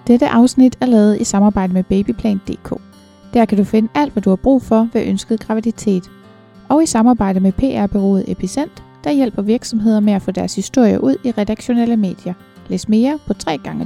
Dette afsnit er lavet i samarbejde med Babyplan.dk. Der kan du finde alt, hvad du har brug for ved ønsket graviditet. Og i samarbejde med PR-bureauet Epicent, der hjælper virksomheder med at få deres historier ud i redaktionelle medier. Læs mere på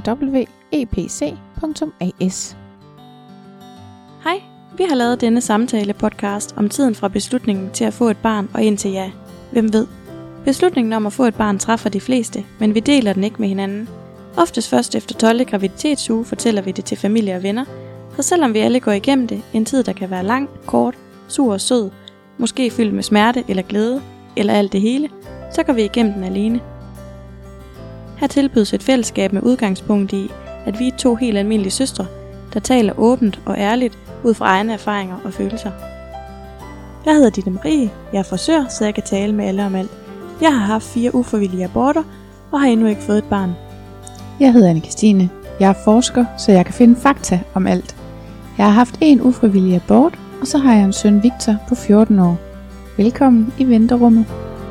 www.epc.as. Hej, vi har lavet denne samtale-podcast om tiden fra beslutningen til at få et barn og indtil ja. Hvem ved? Beslutningen om at få et barn træffer de fleste, men vi deler den ikke med hinanden. Oftest først efter 12. graviditetsuge fortæller vi det til familie og venner, så selvom vi alle går igennem det, en tid der kan være lang, kort, sur og sød, måske fyldt med smerte eller glæde, eller alt det hele, så går vi igennem den alene. Her tilbydes et fællesskab med udgangspunkt i, at vi er to helt almindelige søstre, der taler åbent og ærligt ud fra egne erfaringer og følelser. Jeg hedder Ditte Marie, jeg er frisør, så jeg kan tale med alle om alt. Jeg har haft 4 ufrivillige aborter og har endnu ikke fået et barn. Jeg hedder Anne-Kristine. Jeg er forsker, så jeg kan finde fakta om alt. Jeg har haft 1 ufrivillig abort, og så har jeg en søn Victor på 14 år. Velkommen i venterummet.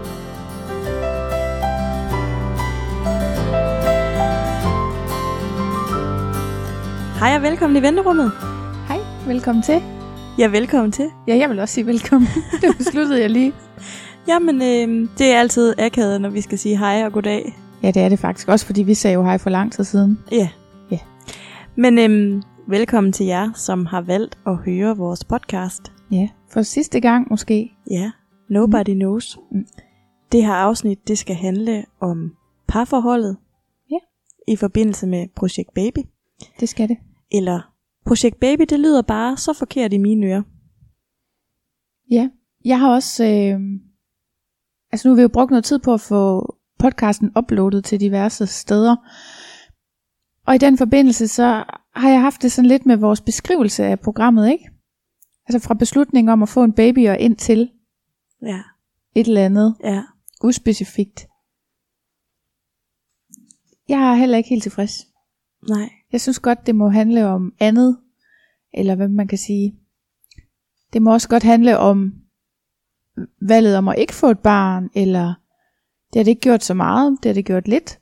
Hej og velkommen i venterummet. Hej, velkommen til. Ja, velkommen til. Ja, jeg vil også sige velkommen. Det besluttede jeg lige. Jamen, det er altid akavet, når vi skal sige hej og goddag. Ja, det er det faktisk også, fordi vi sagde jo hej for lang tid siden. Ja. Ja. Men velkommen til jer, som har valgt at høre vores podcast. Ja, for sidste gang måske. Ja, nobody knows. Det her afsnit, det skal handle om parforholdet. Ja. I forbindelse med Projekt Baby. Det skal det. Eller Projekt Baby, det lyder bare så forkert i mine ører. Ja, jeg har også... nu har vi jo brugt noget tid på at få podcasten uploadet til diverse steder. Og i den forbindelse, så har jeg haft det sådan lidt med vores beskrivelse af programmet, ikke? Altså fra beslutningen om at få en baby og ind til et eller andet uspecifikt. Jeg er heller ikke helt tilfreds. Nej. Jeg synes godt, det må handle om andet, eller hvad man kan sige. Det må også godt handle om valget om at ikke få et barn, eller det har det ikke gjort så meget, det har det gjort lidt.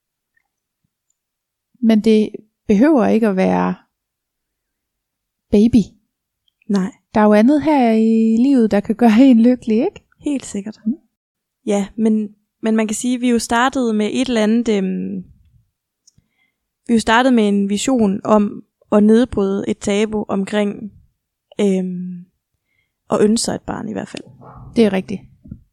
Men det behøver ikke at være baby. Nej. Der er jo andet her i livet, der kan gøre en lykkelig, ikke? Helt sikkert. Ja, men man kan sige, at vi jo startede med et eller andet... Vi jo startede med en vision om at nedbryde et tabu omkring at ønske sig et barn i hvert fald. Det er rigtigt.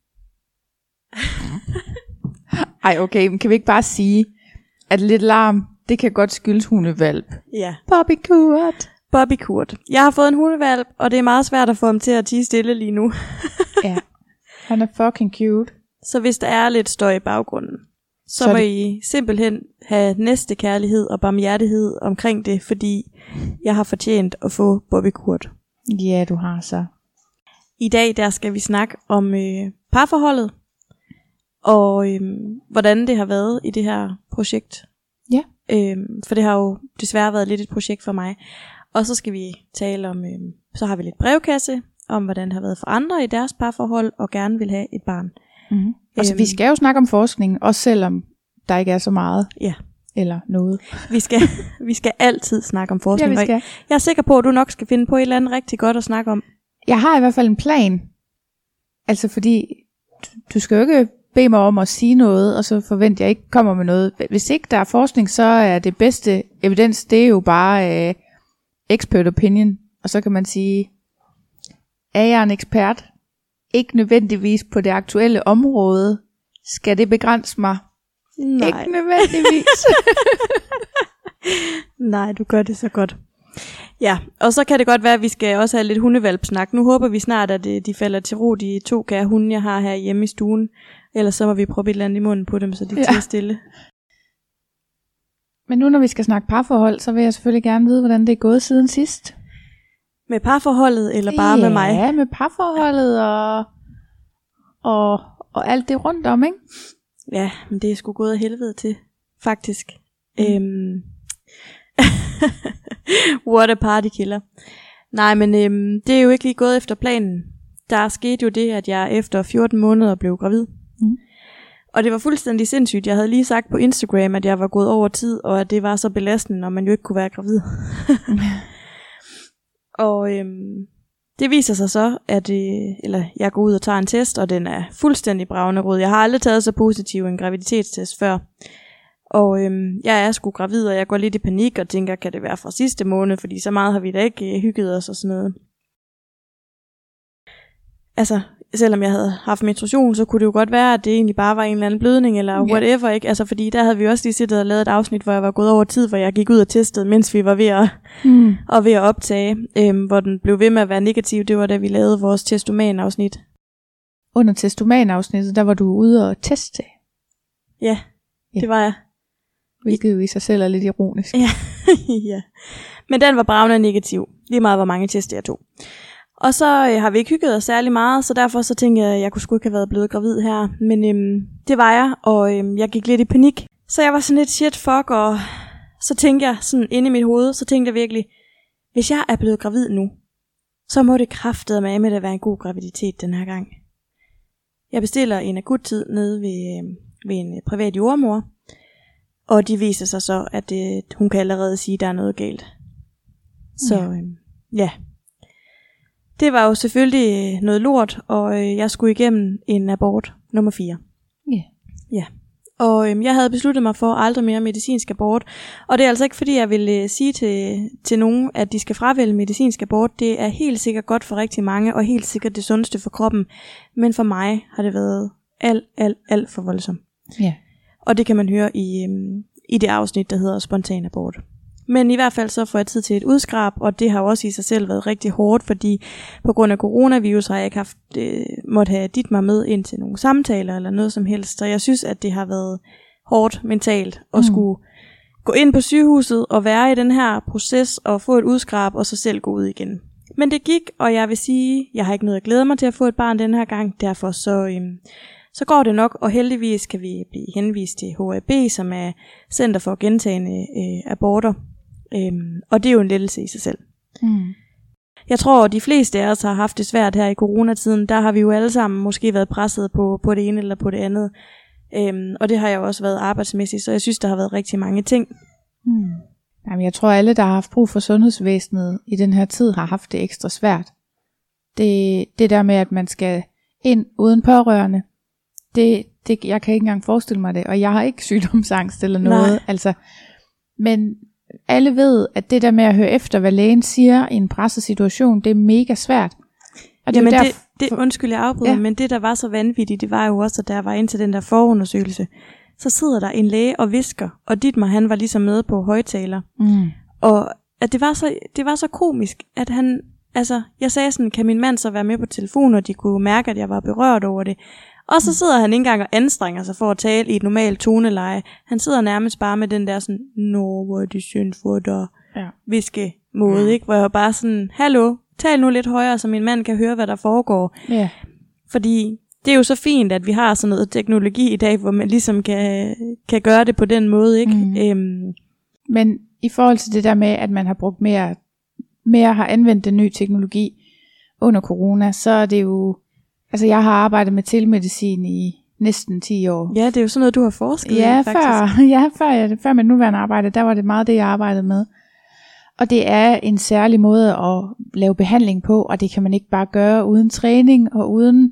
Ej okay, men kan vi ikke bare sige, at lidt larm, det kan godt skyldes hundevalp. Ja. Bobby Kurt. Jeg har fået en hundevalp, og det er meget svært at få ham til at tie stille lige nu. Ja, han er fucking cute. Så hvis der er lidt støj i baggrunden, så må I simpelthen have næste kærlighed og barmhjertighed omkring det, fordi jeg har fortjent at få Bobby Kurt. Ja, du har så. I dag der skal vi snakke om parforholdet, og hvordan det har været i det her projekt. Ja. For det har jo desværre været lidt et projekt for mig. Og så skal vi tale om, så har vi lidt brevkasse, om hvordan det har været for andre i deres parforhold, og gerne vil have et barn. Mm-hmm. Altså vi skal jo snakke om forskning, også selvom der ikke er så meget. Ja. Eller noget. Vi skal altid snakke om forskning. Ja, vi skal. Jeg er sikker på, at du nok skal finde på et eller andet rigtig godt at snakke om. Jeg har i hvert fald en plan. Altså fordi, du skal jo ikke bede mig om at sige noget, og så forventer jeg ikke kommer med noget. Hvis ikke der er forskning, så er det bedste evidens, det er jo bare expert opinion. Og så kan man sige, er jeg en ekspert? Ikke nødvendigvis på det aktuelle område. Skal det begrænse mig? Nej. Ikke nødvendigvis. Nej, du gør det så godt. Ja, og så kan det godt være, at vi skal også have lidt hundevalpsnak. Nu håber vi snart, at de falder til ro, de 2 kære hunde, jeg har her hjemme i stuen. Ellers så må vi prøve et eller andet i munden på dem, så de tiger stille. Men nu når vi skal snakke parforhold, så vil jeg selvfølgelig gerne vide, hvordan det er gået siden sidst. Med parforholdet, eller bare med mig? Ja, med parforholdet og alt det rundt om, ikke? Ja, men det er sgu gået af helvede til, faktisk. What a party killer. Nej, men det er jo ikke lige gået efter planen. Der skete jo det, at jeg efter 14 måneder blev gravid. Og det var fuldstændig sindssygt. Jeg havde lige sagt på Instagram, at jeg var gået over tid, og at det var så belastende, når man jo ikke kunne være gravid. Og det viser sig så, at jeg går ud og tager en test, og den er fuldstændig bragende rød. Jeg har aldrig taget så positiv en graviditetstest før. Og jeg er sgu gravid, og jeg går lidt i panik og tænker, kan det være fra sidste måned, fordi så meget har vi da ikke hygget os og sådan noget. Altså, selvom jeg havde haft menstruation, så kunne det jo godt være, at det egentlig bare var en eller anden blødning, eller whatever, ikke? Altså, fordi der havde vi også lige siddet og lavet et afsnit, hvor jeg var gået over tid, hvor jeg gik ud og testede, mens vi var ved at optage, hvor den blev ved med at være negativ. Det var da vi lavede vores testoman-afsnit. Under testoman-afsnittet, der var du ude og teste. Ja, det var jeg. Hvilket jo i sig selv er lidt ironisk. Ja, ja. Men den var bragende negativ. Lige meget, hvor mange test jeg tog. Og så har vi ikke hygget os særlig meget, så derfor så tænkte jeg, at jeg kunne sgu ikke have været blevet gravid her. Men det var jeg, og jeg gik lidt i panik. Så jeg var sådan lidt shit fuck, og så tænkte jeg sådan inde i mit hoved, så tænkte jeg virkelig, hvis jeg er blevet gravid nu, så må det kraftedeme med at være en god graviditet den her gang. Jeg bestiller en akuttid nede ved en privat jordemor, og de viser sig så, at hun kan allerede sige, at der er noget galt. Så ja. Det var jo selvfølgelig noget lort, og jeg skulle igennem en abort nummer 4. Ja. Og jeg havde besluttet mig for aldrig mere medicinsk abort. Og det er altså ikke fordi, jeg vil sige til nogen, at de skal fravælge medicinsk abort. Det er helt sikkert godt for rigtig mange, og helt sikkert det sundeste for kroppen. Men for mig har det været alt for voldsomt. Ja. Og det kan man høre i det afsnit, der hedder spontan abort. Men i hvert fald så får jeg tid til et udskrab, og det har jo også i sig selv været rigtig hårdt, fordi på grund af coronavirus har jeg ikke måtte have mig med ind til nogle samtaler eller noget som helst. Så jeg synes, at det har været hårdt mentalt at skulle gå ind på sygehuset og være i den her proces og få et udskrab og så selv gå ud igen. Men det gik, og jeg vil sige, jeg har ikke noget at glæde mig til at få et barn den her gang, derfor så går det nok, og heldigvis kan vi blive henvist til HAB, som er Center for Gentagne Aborter. Og det er jo en lettelse i sig selv. Jeg tror, at de fleste af os har haft det svært her i coronatiden. Der har vi jo alle sammen måske været presset på det ene eller på det andet. Og det har jeg også været arbejdsmæssigt, så jeg synes, der har været rigtig mange ting. Jamen, jeg tror, alle, der har haft brug for sundhedsvæsenet i den her tid, har haft det ekstra svært. Det der med, at man skal ind uden pårørende, jeg kan ikke engang forestille mig det, og jeg har ikke sygdomsangst eller noget. Nej. Altså, men alle ved, at det der med at høre efter, hvad lægen siger i en presset situation, det er mega svært. Og jamen undskyld, jeg afbryder, men det der var så vanvittigt, det var jo også, at der var ind til den der forundersøgelse, så sidder der en læge og visker, og Dietmar, han var ligesom med på højtaler. Og at det var så komisk, at han, altså, jeg sagde sådan, kan min mand så være med på telefon, og de kunne mærke, at jeg var berørt over det. Og så sidder han ikke engang og anstrenger sig for at tale i et normalt toneleje. Han sidder nærmest bare med den der sådan, hvor er det synd for dig, viske måde, ikke? Hvor jeg bare sådan, hallo, tal nu lidt højere, så min mand kan høre, hvad der foregår. Ja. Fordi det er jo så fint, at vi har sådan noget teknologi i dag, hvor man ligesom kan gøre det på den måde, ikke? Men i forhold til det der med, at man har brugt mere har anvendt den nye teknologi under corona, så er det jo, altså jeg har arbejdet med telemedicin i næsten 10 år. Ja, det er jo sådan noget, du har forsket i, faktisk. Før mit nuværende arbejde, der var det meget det, jeg arbejdede med. Og det er en særlig måde at lave behandling på, og det kan man ikke bare gøre uden træning, og uden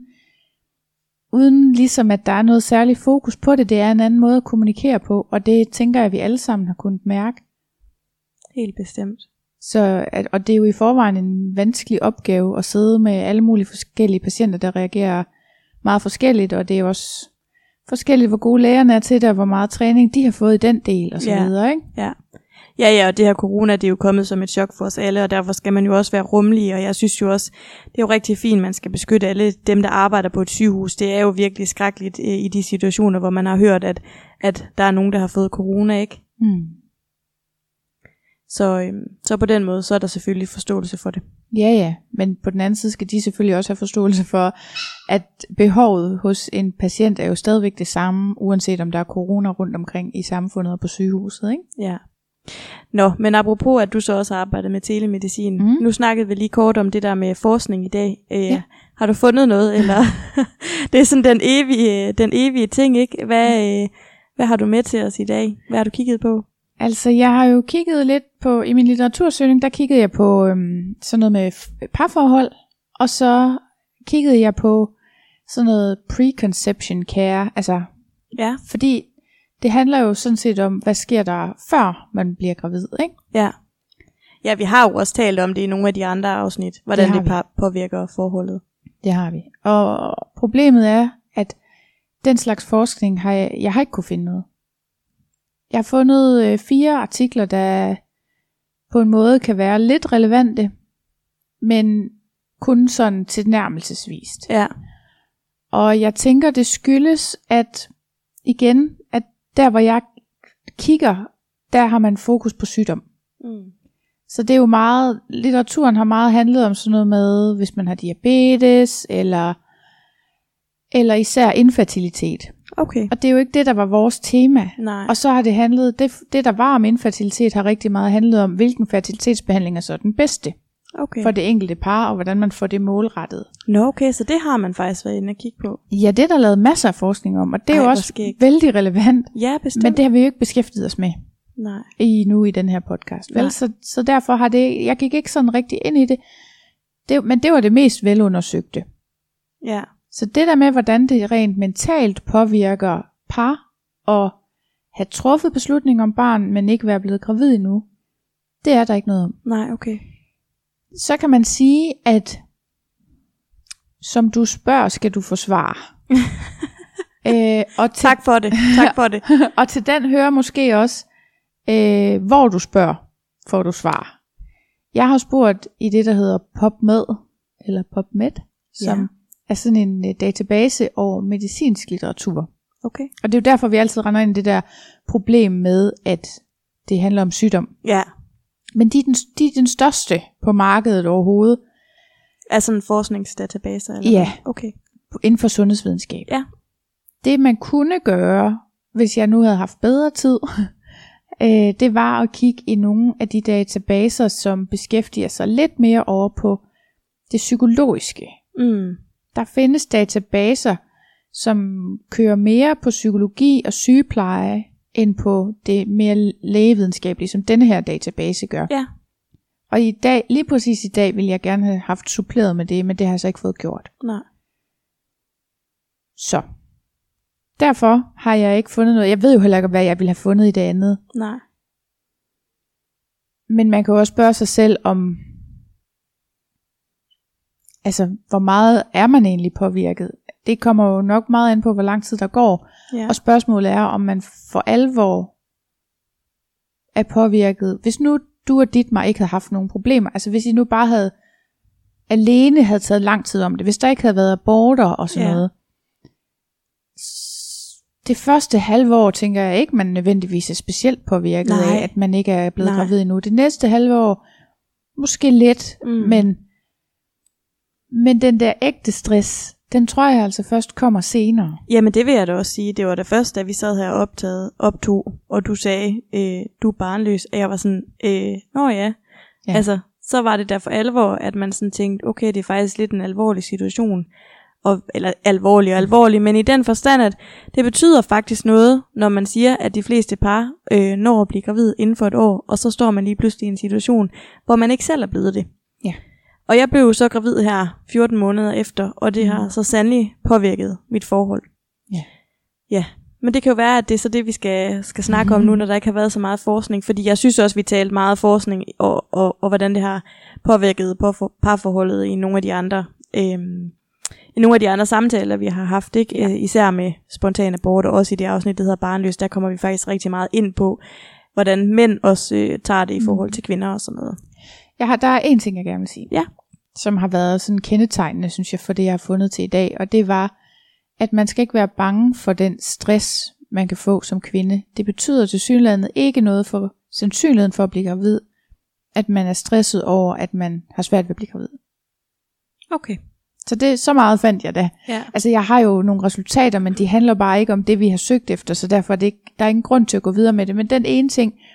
ligesom, at der er noget særligt fokus på det. Det er en anden måde at kommunikere på, og det tænker jeg, at vi alle sammen har kunnet mærke. Helt bestemt. Og det er jo i forvejen en vanskelig opgave at sidde med alle mulige forskellige patienter, der reagerer meget forskelligt, og det er jo også forskelligt, hvor gode lægerne er til det, og hvor meget træning de har fået i den del, og så videre, ikke? Ja, og det her corona, det er jo kommet som et chok for os alle, og derfor skal man jo også være rummelig, og jeg synes jo også, det er jo rigtig fint, man skal beskytte alle dem, der arbejder på et sygehus. Det er jo virkelig skrækkeligt i de situationer, hvor man har hørt, at der er nogen, der har fået corona, ikke? Så på den måde, så er der selvfølgelig forståelse for det. Ja, men på den anden side skal de selvfølgelig også have forståelse for, at behovet hos en patient er jo stadigvæk det samme, uanset om der er corona rundt omkring i samfundet og på sygehuset, ikke? Ja. Nå, men apropos, at du så også har arbejdet med telemedicin. Nu snakkede vi lige kort om det der med forskning i dag. Ja. Har du fundet noget, eller? Det er sådan den evige ting, ikke? Hvad har du med til os i dag? Hvad har du kigget på? Altså, jeg har jo kigget lidt på, i min litteratursøgning, der kiggede jeg på sådan noget med parforhold, og så kiggede jeg på sådan noget preconception care, altså, ja. Fordi det handler jo sådan set om, hvad sker der før man bliver gravid, ikke? Ja. Ja, vi har jo også talt om det i nogle af de andre afsnit, hvordan det påvirker forholdet. Det har vi. Og problemet er, at den slags forskning jeg har ikke kunne finde noget. Jeg har fundet 4 artikler, der på en måde kan være lidt relevante, men kun sådan tilnærmelsesvist. Ja. Og jeg tænker, det skyldes, at igen, at der hvor jeg kigger, der har man fokus på sygdom. Så det er jo meget, litteraturen har meget handlet om sådan noget med, hvis man har diabetes, eller især infertilitet. Okay. Og det er jo ikke det, der var vores tema. Nej. Og så har det handlet, det der var om infertilitet, har rigtig meget handlet om, hvilken fertilitetsbehandling er så den bedste. Okay. For det enkelte par, og hvordan man får det målrettet. Nå, okay, så det har man faktisk været inde at kigge på. Ja, det er der lavet masser af forskning om, og det er jo også vældig relevant. Ja, bestemt. Men det har vi jo ikke beskæftiget os med. Nej. Nu i den her podcast. Vel? Så derfor har jeg gik ikke sådan rigtig ind i det. Men det var det mest velundersøgte. Ja. Så det der med, hvordan det rent mentalt påvirker par, og have truffet beslutning om barn, men ikke være blevet gravid endnu, det er der ikke noget om. Nej, okay. Så kan man sige, at som du spørger, skal du få svar. Tak for det. Tak for det. Og til den hører måske også, hvor du spørger, får du svar. Jeg har spurgt i det, der hedder PubMed, som er sådan en database over medicinsk litteratur. Okay. Og det er jo derfor, vi altid render ind i det der problem med, at det handler om sygdom. Ja. Men de er den største på markedet overhovedet. Altså en forskningsdatabase? Eller ja. Okay. Inden for sundhedsvidenskab. Ja. Det man kunne gøre, hvis jeg nu havde haft bedre tid, det var at kigge i nogle af de databaser, som beskæftiger sig lidt mere over på det psykologiske. Der findes databaser, som kører mere på psykologi og sygepleje, end på det mere lægevidenskabelige, som denne her database gør. Ja. Og i dag, lige præcis i dag, ville jeg gerne have haft suppleret med det, men det har jeg så ikke fået gjort. Nej. Så. Derfor har jeg ikke fundet noget. Jeg ved jo heller ikke, hvad jeg ville have fundet i det andet. Nej. Men man kan jo også spørge sig selv om, altså, hvor meget er man egentlig påvirket? Det kommer jo nok meget an på, hvor lang tid der går. Ja. Og spørgsmålet er, om man for alvor er påvirket. Hvis nu du og Dietmar ikke havde haft nogen problemer, altså hvis I nu bare alene havde taget lang tid om det, hvis der ikke havde været aborter og sådan noget. Det første halve år, tænker jeg ikke, man nødvendigvis er specielt påvirket af, at man ikke er blevet gravid endnu. Det næste halve år, måske lidt, men den der ægte stress, den tror jeg altså først kommer senere. Jamen det vil jeg da også sige. Det var det første, da vi sad her optog, og du sagde, du er barnløs, og jeg var sådan, nå ja. Altså, så var det der for alvor, at man sådan tænkte, okay, det er faktisk lidt en alvorlig situation, eller alvorlig, men i den forstand, at det betyder faktisk noget, når man siger, at de fleste par når at blive gravid inden for et år, og så står man lige pludselig i en situation, hvor man ikke selv er blevet det. Ja. Og jeg blev så gravid her 14 måneder efter, og det har så sandelig påvirket mit forhold. Ja. Ja, men det kan jo være, at det er så det, vi skal snakke om nu, når der ikke har været så meget forskning. Fordi jeg synes også, vi talte meget forskning, og hvordan det har påvirket parforholdet i nogle af de andre samtaler, vi har haft, ikke? Ja. Især med spontan abort, og også i det afsnit, der hedder barnløs, der kommer vi faktisk rigtig meget ind på, hvordan mænd også tager det i forhold til kvinder og sådan noget. Der er en ting, jeg gerne vil sige, som har været sådan kendetegnende, synes jeg, for det, jeg har fundet til i dag, og det var, at man skal ikke være bange for den stress, man kan få som kvinde. Det betyder tilsyneladende ikke noget for sandsynligheden for at blive gravid, at man er stresset over, at man har svært ved at blive gravid. Okay. Så meget fandt jeg da. Ja. Altså jeg har jo nogle resultater, men de handler bare ikke om det, vi har søgt efter, så derfor er der er ingen grund til at gå videre med det. Men den ene ting,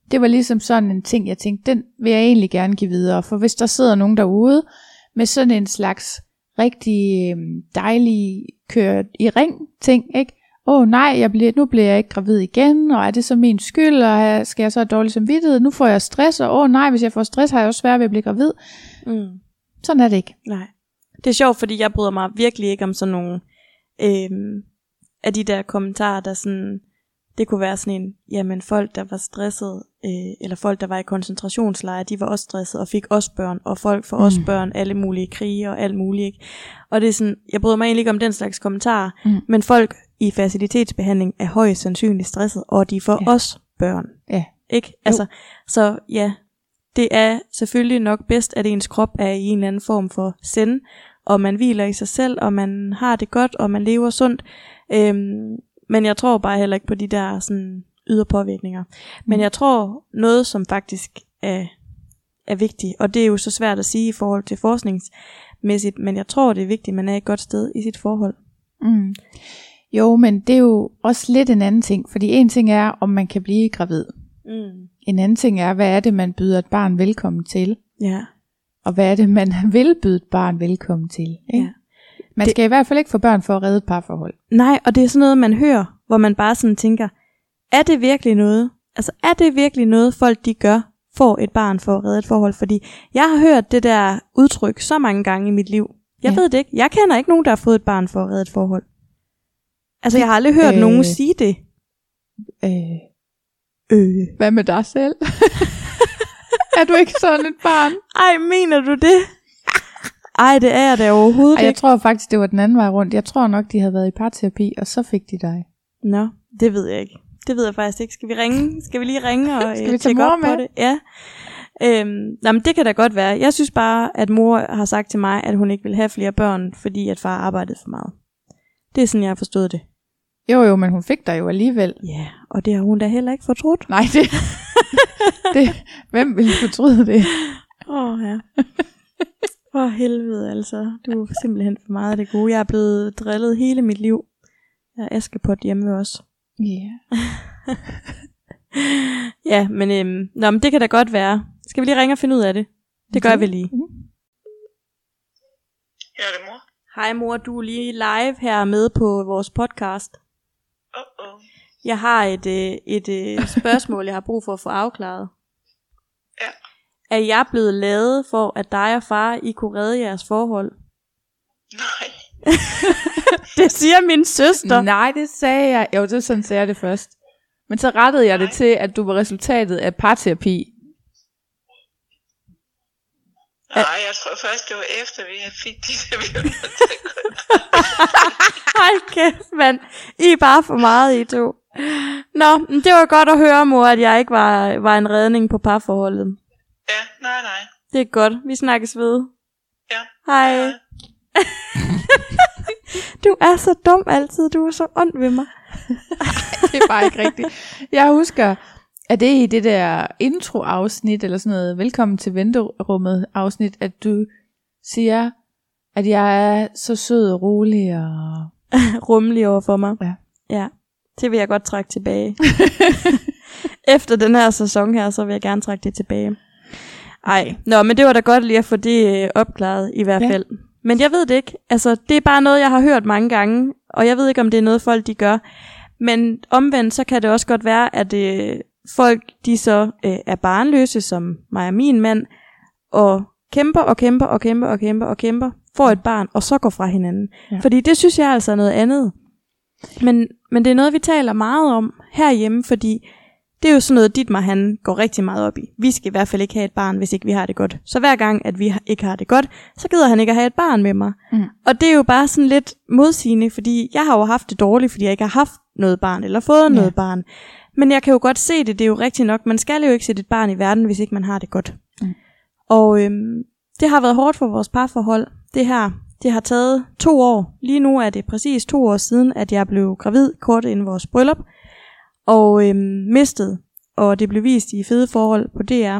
det var ligesom sådan en ting, jeg tænkte, den vil jeg egentlig gerne give videre. For hvis der sidder nogen derude med sådan en slags rigtig dejlig kørt i ring ting, ikke? Nej, nu bliver jeg ikke gravid igen, og er det så min skyld, og skal jeg så have dårlig samvittighed? Nu får jeg stress, og nej, hvis jeg får stress, har jeg også svært ved at blive gravid. Sådan er det ikke. Nej. Det er sjovt, fordi jeg bryder mig virkelig ikke om sådan nogle af de der kommentarer, der sådan, det kunne være sådan en, jamen folk, der var stresset, eller folk, der var i koncentrationslejre, de var også stresset og fik også børn, og folk får også børn, alle mulige krige og alt muligt, ikke? Og det er sådan, jeg bryder mig egentlig ikke om den slags kommentarer, men folk i facilitetsbehandling er højst sandsynligt stresset, og de får også børn. Ja. Ikke? Altså, så ja, det er selvfølgelig nok bedst, at ens krop er i en eller anden form for zen, og man hviler i sig selv, og man har det godt, og man lever sundt. Men jeg tror bare heller ikke på de der sådan ydre påvirkninger. Men jeg tror noget, som faktisk er vigtigt, og det er jo så svært at sige i forhold til forskningsmæssigt, men jeg tror, det er vigtigt, at man er et godt sted i sit forhold. Jo, men det er jo også lidt en anden ting, fordi en ting er, om man kan blive gravid. En anden ting er, hvad er det, man byder et barn velkommen til? Ja. Og hvad er det, man vil byde et barn velkommen til? Ikke? Ja. Man skal i hvert fald ikke få børn for at redde et parforhold. Nej, og det er sådan noget, man hører, hvor man bare sådan tænker, er det virkelig noget? Altså, er det virkelig noget, folk de gør, får et barn for at redde et forhold? Fordi jeg har hørt det der udtryk så mange gange i mit liv. Jeg ved det ikke. Jeg kender ikke nogen, der har fået et barn for at redde et forhold. Altså, jeg har aldrig hørt nogen sige det. Hvad med dig selv? Er du ikke sådan et barn? Ej, mener du det? Ej, det er jeg da overhovedet ikke. Jeg tror faktisk, det var den anden vej rundt. Jeg tror nok, de havde været i parterapi, og så fik de dig. Nå, det ved jeg ikke. Det ved jeg faktisk ikke. Skal vi ringe? Skal vi lige ringe og skal vi tage mor med? på det? Ja. Men det kan da godt være. Jeg synes bare, at mor har sagt til mig, at hun ikke vil have flere børn, fordi at far arbejdede for meget. Det er sådan, jeg har forstået det. Jo, men hun fik dig jo alligevel. Ja, og det har hun da heller ikke fortrudt. Nej, hvem ville fortryde det? Ja. Helvede altså. Du er simpelthen for meget af det gode. Jeg er blevet drillet hele mit liv. Jeg er Askepot hjemme ved os. Ja. Ja, men det kan da godt være. Skal vi lige ringe og finde ud af det? Det gør vi lige. Ja, det er mor. Hej mor, du er lige live her med på vores podcast. Jeg har et spørgsmål, jeg har brug for at få afklaret. Ja. Er jeg blevet lavet for, at dig og far, I kunne redde jeres forhold? Nej. Det siger min søster. Nej, det sagde jeg. Jo, det sådan sagde jeg det først. Men så rettede jeg det til, at du var resultatet af parterapi. Nej, jeg tror først, det var efter, vi fik de der. Ej kæft, mand. I er bare for meget, I to. Nå, men det var godt at høre, mor, at jeg ikke var en redning på parforholdet. Ja, nej. Det er godt. Vi snakkes ved. Ja. Hej. Du er så dum altid. Du er så ond ved mig. Det er bare ikke rigtigt. Jeg husker, at det i det der intro-afsnit, eller sådan noget, velkommen til venterummet-afsnit, at du siger, at jeg er så sød og rolig og rummelig over for mig. Ja. Det vil jeg godt trække tilbage. Efter den her sæson her, så vil jeg gerne trække det tilbage. Ej, men det var da godt lige at få det opklaret i hvert fald. Men jeg ved det ikke. Altså, det er bare noget, jeg har hørt mange gange, og jeg ved ikke, om det er noget, folk de gør. Men omvendt, så kan det også godt være, at folk, de så er barnløse, som mig og min mand, og kæmper, får et barn, og så går fra hinanden. Ja. Fordi det synes jeg altså er noget andet. Men det er noget, vi taler meget om herhjemme, fordi det er jo sådan noget, Dietmar han går rigtig meget op i. Vi skal i hvert fald ikke have et barn, hvis ikke vi har det godt. Så hver gang, at vi ikke har det godt, så gider han ikke at have et barn med mig. Og det er jo bare sådan lidt modsigende, fordi jeg har jo haft det dårligt, fordi jeg ikke har haft noget barn, eller fået noget barn. Men jeg kan jo godt se det er jo rigtigt nok. Man skal jo ikke sætte et barn i verden, hvis ikke man har det godt. Og det har været hårdt for vores parforhold. Det har taget 2 år. Lige nu er det præcis 2 år siden, at jeg blev gravid kort inden vores bryllup. Og mistede. Og det blev vist i Fede Forhold på DR.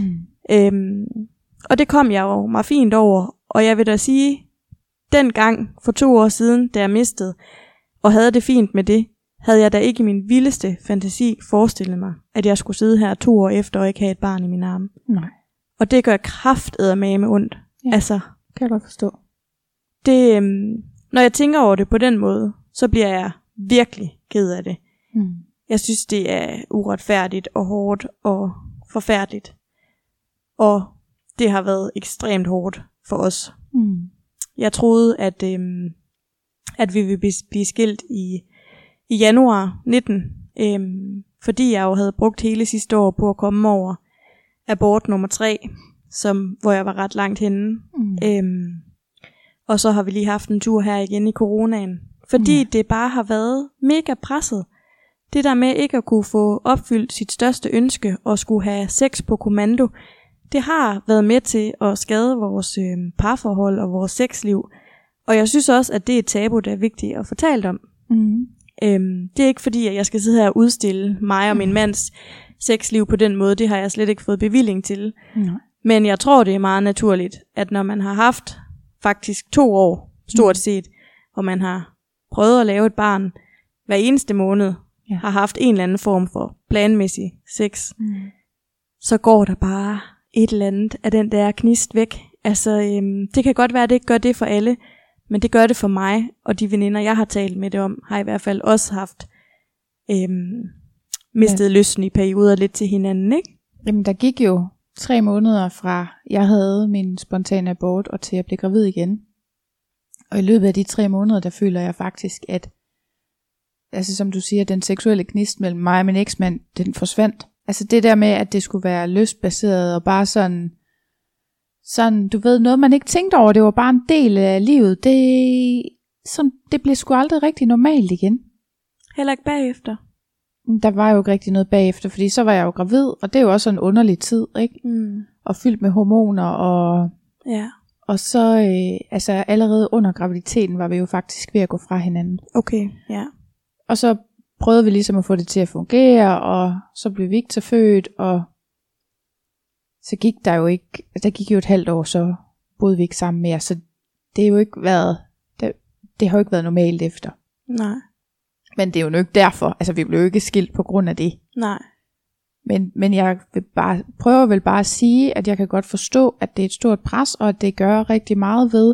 Og det kom jeg jo mig fint over. Og jeg vil da sige, den gang for 2 år siden, da jeg mistede, og havde det fint med det, havde jeg da ikke i min vildeste fantasi forestillet mig, at jeg skulle sidde her 2 år efter og ikke have et barn i min arme. Nej. Og det gør krafteddermame ondt. Ja, altså, kan jeg godt forstå. Det, når jeg tænker over det på den måde, så bliver jeg virkelig ked af det. Jeg synes, det er uretfærdigt og hårdt og forfærdeligt. Og det har været ekstremt hårdt for os. Jeg troede, at vi ville blive skilt i januar 19, fordi jeg jo havde brugt hele sidste år på at komme over abort nummer 3, hvor jeg var ret langt henne. Og så har vi lige haft en tur her igen i coronaen, fordi det bare har været mega presset. Det der med ikke at kunne få opfyldt sit største ønske og skulle have sex på kommando, det har været med til at skade vores parforhold og vores sexliv. Og jeg synes også, at det er et tabu, der er vigtigt at fortælle om. Det er ikke fordi, at jeg skal sidde her og udstille mig og min mands sexliv på den måde. Det har jeg slet ikke fået bevilling til. Men jeg tror, det er meget naturligt, at når man har haft faktisk 2 år, stort set, hvor man har prøvet at lave et barn hver eneste måned, har haft en eller anden form for planmæssig sex, så går der bare et eller andet af den der gnist væk. Altså, det kan godt være, at det ikke gør det for alle, men det gør det for mig, og de veninder, jeg har talt med det om, har i hvert fald også haft mistet lysten i perioder lidt til hinanden, ikke? Jamen, der gik jo 3 måneder fra, jeg havde min spontane abort, og til jeg blev gravid igen. Og i løbet af de 3 måneder, der føler jeg faktisk, at, altså som du siger, den seksuelle gnist mellem mig og min eksmand, den forsvandt. Altså det der med, at det skulle være lystbaseret, og bare sådan, du ved, noget man ikke tænkte over, det var bare en del af livet, det blev sgu aldrig rigtig normalt igen. Heller ikke bagefter. Der var jo ikke rigtig noget bagefter, fordi så var jeg jo gravid, og det er jo også en underlig tid, ikke? Og fyldt med hormoner, og så, altså allerede under graviditeten var vi jo faktisk ved at gå fra hinanden. Okay, ja. Og så prøvede vi ligesom at få det til at fungere, og så blev Victor født, og så gik der gik jo et halvt år, så boede vi ikke sammen mere, så det har jo ikke været, det har jo ikke været normalt efter. Nej. Men det er jo ikke derfor, altså vi blev jo ikke skilt på grund af det. Nej. Men jeg prøver vel bare at sige, at jeg kan godt forstå, at det er et stort pres, og at det gør rigtig meget ved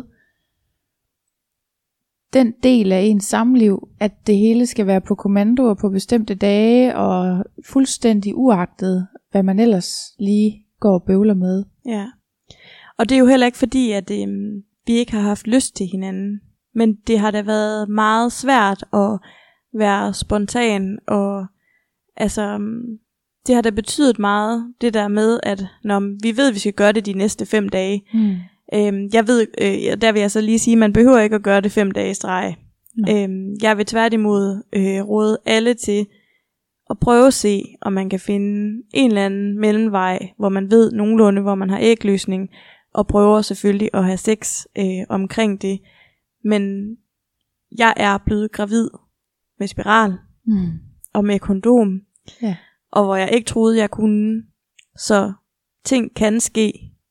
den del af ens samliv, at det hele skal være på kommando og på bestemte dage, og fuldstændig uagtet, hvad man ellers lige går og bøvler med. Ja, og det er jo heller ikke fordi, at vi ikke har haft lyst til hinanden, men det har da været meget svært at være spontan, og altså, det har da betydet meget, det der med, at når vi ved, at vi skal gøre det de næste 5 dage. Jeg ved, der vil jeg så lige sige, at man behøver ikke at gøre det 5 dage i streg. Jeg vil tværtimod råde alle til at prøve at se, om man kan finde en eller anden mellemvej, hvor man ved nogenlunde, hvor man har ægløsning, og prøver selvfølgelig at have sex omkring det. Men jeg er blevet gravid med spiral og med kondom, og hvor jeg ikke troede, jeg kunne. Så ting kan ske,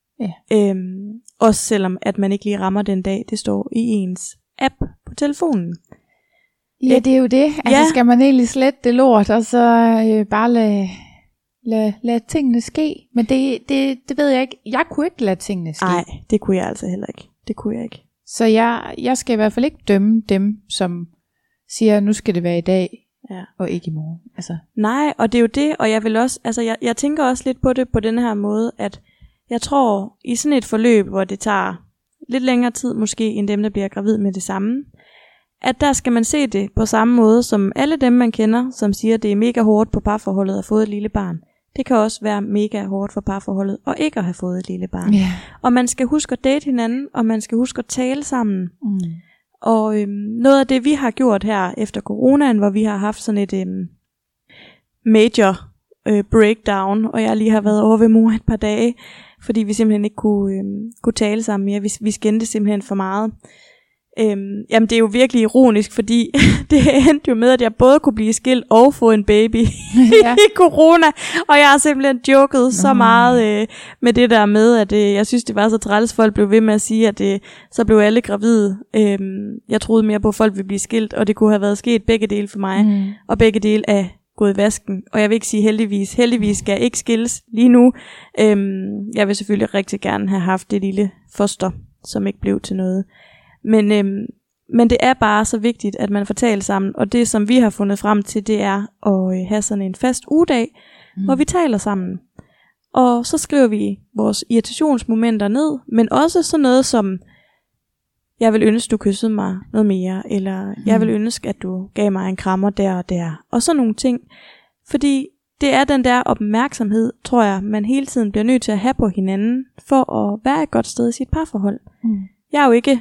også selvom at man ikke lige rammer den dag, det står i ens app på telefonen. Ja, det er jo det. Altså skal man egentlig slette det lort, og så bare lade tingene ske. Men det ved jeg ikke. Jeg kunne ikke lade tingene ske. Nej, det kunne jeg altså heller ikke. Det kunne jeg ikke. Så jeg skal i hvert fald ikke dømme dem, som siger, nu skal det være i dag, og ikke i morgen. Altså. Nej, og det er jo det, og jeg vil også, altså jeg tænker også lidt på det på den her måde, at jeg tror, i sådan et forløb, hvor det tager lidt længere tid måske, end dem, der bliver gravid med det samme, at der skal man se det på samme måde, som alle dem, man kender, som siger, at det er mega hårdt på parforholdet at få et lille barn. Det kan også være mega hårdt for parforholdet at ikke at have fået et lille barn. Yeah. Og man skal huske at date hinanden, og man skal huske at tale sammen. Og noget af det, vi har gjort her efter coronaen, hvor vi har haft sådan et major breakdown, og jeg lige har været over ved mor et par dage, fordi vi simpelthen ikke kunne tale sammen mere. Vi skændte simpelthen for meget. Jamen det er jo virkelig ironisk, fordi det endte jo med, at jeg både kunne blive skilt og få en baby i corona, og jeg har simpelthen joket så meget med det der med, at jeg synes det var så træls, folk blev ved med at sige, at så blev alle gravide. Jeg troede mere på, at folk ville blive skilt, og det kunne have været sket begge dele for mig, og begge dele er gået i vasken, og jeg vil ikke sige heldigvis skal jeg ikke skilles lige nu. Jeg vil selvfølgelig rigtig gerne have haft det lille foster, som ikke blev til noget. Men det er bare så vigtigt, at man får talt sammen, og det som vi har fundet frem til, det er at have sådan en fast ugedag, hvor vi taler sammen. Og så skriver vi vores irritationsmomenter ned, men også sådan noget som, jeg vil ønske, du kyssede mig noget mere, eller jeg vil ønske, at du gav mig en krammer der og der, og sådan nogle ting. Fordi det er den der opmærksomhed, tror jeg, man hele tiden bliver nødt til at have på hinanden, for at være et godt sted i sit parforhold. Jeg er jo ikke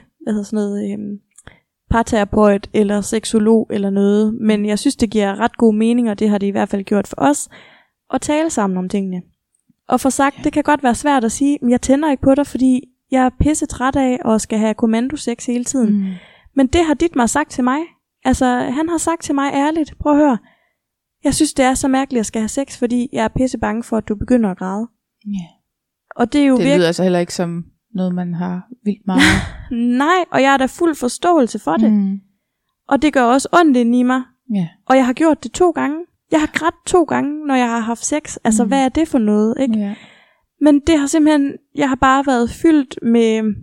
parterapeut eller seksolog eller noget, men jeg synes, det giver ret god mening, og det har det i hvert fald gjort for os, at tale sammen om tingene. Og for sagt, det kan godt være svært at sige, men jeg tænder ikke på dig, fordi jeg er pisse træt af og skal have kommandosex hele tiden. Men det har Dietmar sagt til mig. Altså, han har sagt til mig ærligt, prøv at høre, jeg synes, det er så mærkeligt at skal have sex, fordi jeg er pisse bange for, at du begynder at græde. Og det er jo det lyder altså heller ikke som noget, man har vildt meget. Nej, og jeg er da fuld forståelse for det. Og det gør også ondt ind i mig. Og jeg har gjort det 2 gange. Jeg har grædt 2 gange, når jeg har haft sex. Altså, hvad er det for noget, ikke? Men det har simpelthen, jeg har bare været fyldt med,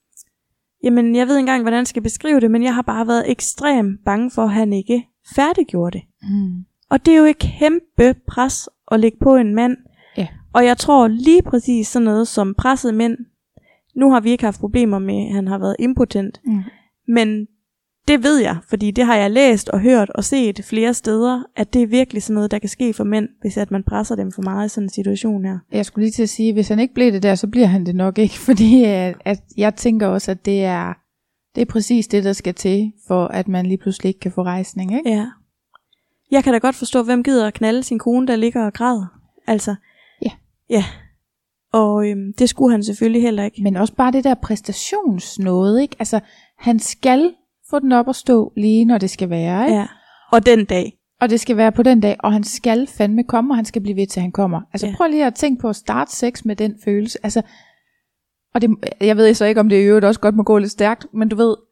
jamen jeg ved ikke engang, hvordan jeg skal beskrive det, men jeg har bare været ekstremt bange for, at han ikke færdiggjorde det. Og det er jo et kæmpe pres at lægge på en mand. Og jeg tror lige præcis sådan noget som presset mænd, nu har vi ikke haft problemer med, at han har været impotent, men det ved jeg, fordi det har jeg læst og hørt og set flere steder, at det er virkelig sådan noget, der kan ske for mænd, hvis at man presser dem for meget i sådan en situation her. Jeg skulle lige til at sige, hvis han ikke bliver det der, så bliver han det nok ikke, fordi at jeg tænker også, at det er præcis det, der skal til, for at man lige pludselig ikke kan få rejsning, ikke? Ja. Jeg kan da godt forstå, hvem gider at knalde sin kone, der ligger og græder. Altså. Ja. Og det skulle han selvfølgelig heller ikke. Men også bare det der præstationsnåde, ikke? Altså, han skal få den op og stå lige, når det skal være, ikke? Ja. Og den dag. Og det skal være på den dag, og han skal fandme komme, og han skal blive ved til, han kommer. Altså, prøv lige at tænke på at starte sex med den følelse. Altså, og det, jeg ved så ikke, om det i øvrigt også godt må gå lidt stærkt, men du ved.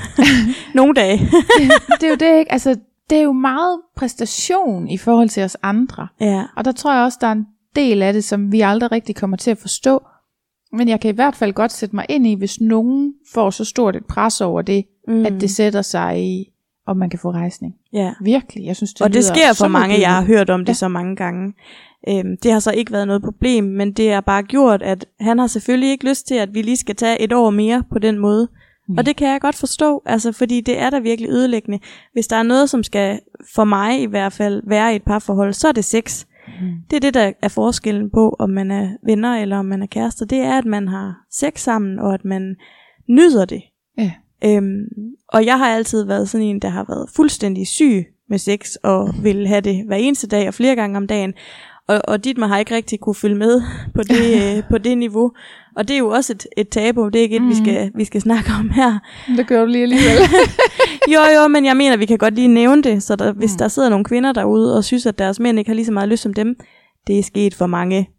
Nogle dage. det er jo det, ikke? Altså, det er jo meget præstation i forhold til os andre. Ja. Og der tror jeg også, der er en del af det, som vi aldrig rigtig kommer til at forstå. Men jeg kan i hvert fald godt sætte mig ind i, hvis nogen får så stort et pres over det, at det sætter sig i, om man kan få rejsning. Ja. Virkelig, jeg synes det. Og det sker for mange, jeg har hørt om det så mange gange. Det har så ikke været noget problem, men det er bare gjort, at han har selvfølgelig ikke lyst til, at vi lige skal tage 1 år mere på den måde. Og det kan jeg godt forstå, altså fordi det er da virkelig ødelæggende. Hvis der er noget, som skal for mig i hvert fald være i et parforhold, så er det sex. Det er det, der er forskellen på, om man er venner eller om man er kærester. Det er, at man har sex sammen, og at man nyder det. Ja. Og jeg har altid været sådan en, der har været fuldstændig syg med sex, og vil have det hver eneste dag og flere gange om dagen. Og Dietmar har ikke rigtig kunne følge med på det, på det niveau. Og det er jo også et tabu. Det er ikke et, vi skal snakke om her. Det gør du lige alligevel. jo, men jeg mener, vi kan godt lige nævne det. Så hvis der sidder nogle kvinder derude og synes, at deres mænd ikke har lige så meget lyst som dem, det er sket for mange.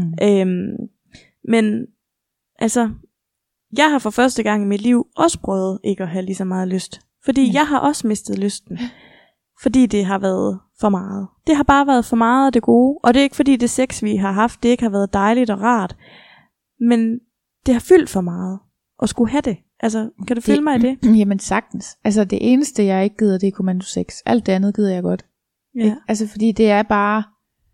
Men altså, jeg har for første gang i mit liv også prøvet ikke at have lige så meget lyst. Fordi jeg har også mistet lysten. Fordi det har været for meget. Det har bare været for meget af det gode. Og det er ikke fordi det sex, vi har haft, det ikke har været dejligt og rart. Men det har fyldt for meget at skulle have det. Altså, kan du følge mig i det? Jamen sagtens. Altså det eneste, jeg ikke gider, det er kommando sex. Alt det andet gider jeg godt. Ja. Altså fordi det er bare,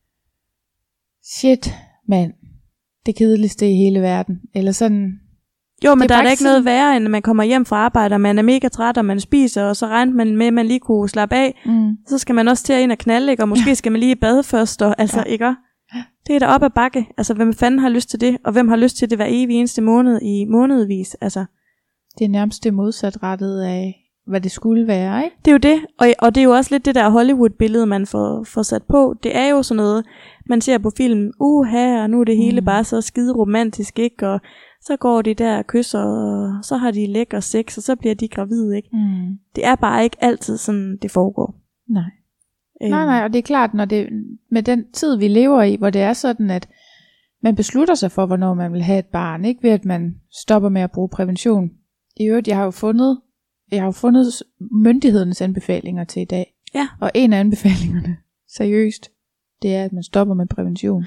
shit mand, det kedeligste i hele verden. Eller sådan. Jo, men der er da ikke noget værre, end at man kommer hjem fra arbejde, og man er mega træt, og man spiser, og så regner man med, at man lige kunne slappe af. Så skal man også til at ind og knalde, ikke? Og måske skal man lige i bad først, og altså, ikke? Det er da op ad bakke. Altså, hvem fanden har lyst til det? Og hvem har lyst til det hver evig eneste måned i månedvis? Altså. Det er nærmest det modsatrettede af, hvad det skulle være, ikke? Det er jo det, og det er jo også lidt det der Hollywood-billede, man får sat på. Det er jo sådan noget, man ser på film, her, og nu er det hele bare så skide romantisk, ikke? Og så går de der og kysser, og så har de lækker sex, og så bliver de gravide, ikke? Det er bare ikke altid sådan, det foregår. Nej. Nej, og det er klart, når det med den tid, vi lever i, hvor det er sådan, at man beslutter sig for, hvornår man vil have et barn, ikke ved at man stopper med at bruge prævention. I øvrigt, jeg har jo fundet myndighedernes anbefalinger til i dag. Ja. Og en af anbefalingerne, seriøst, det er, at man stopper med prævention.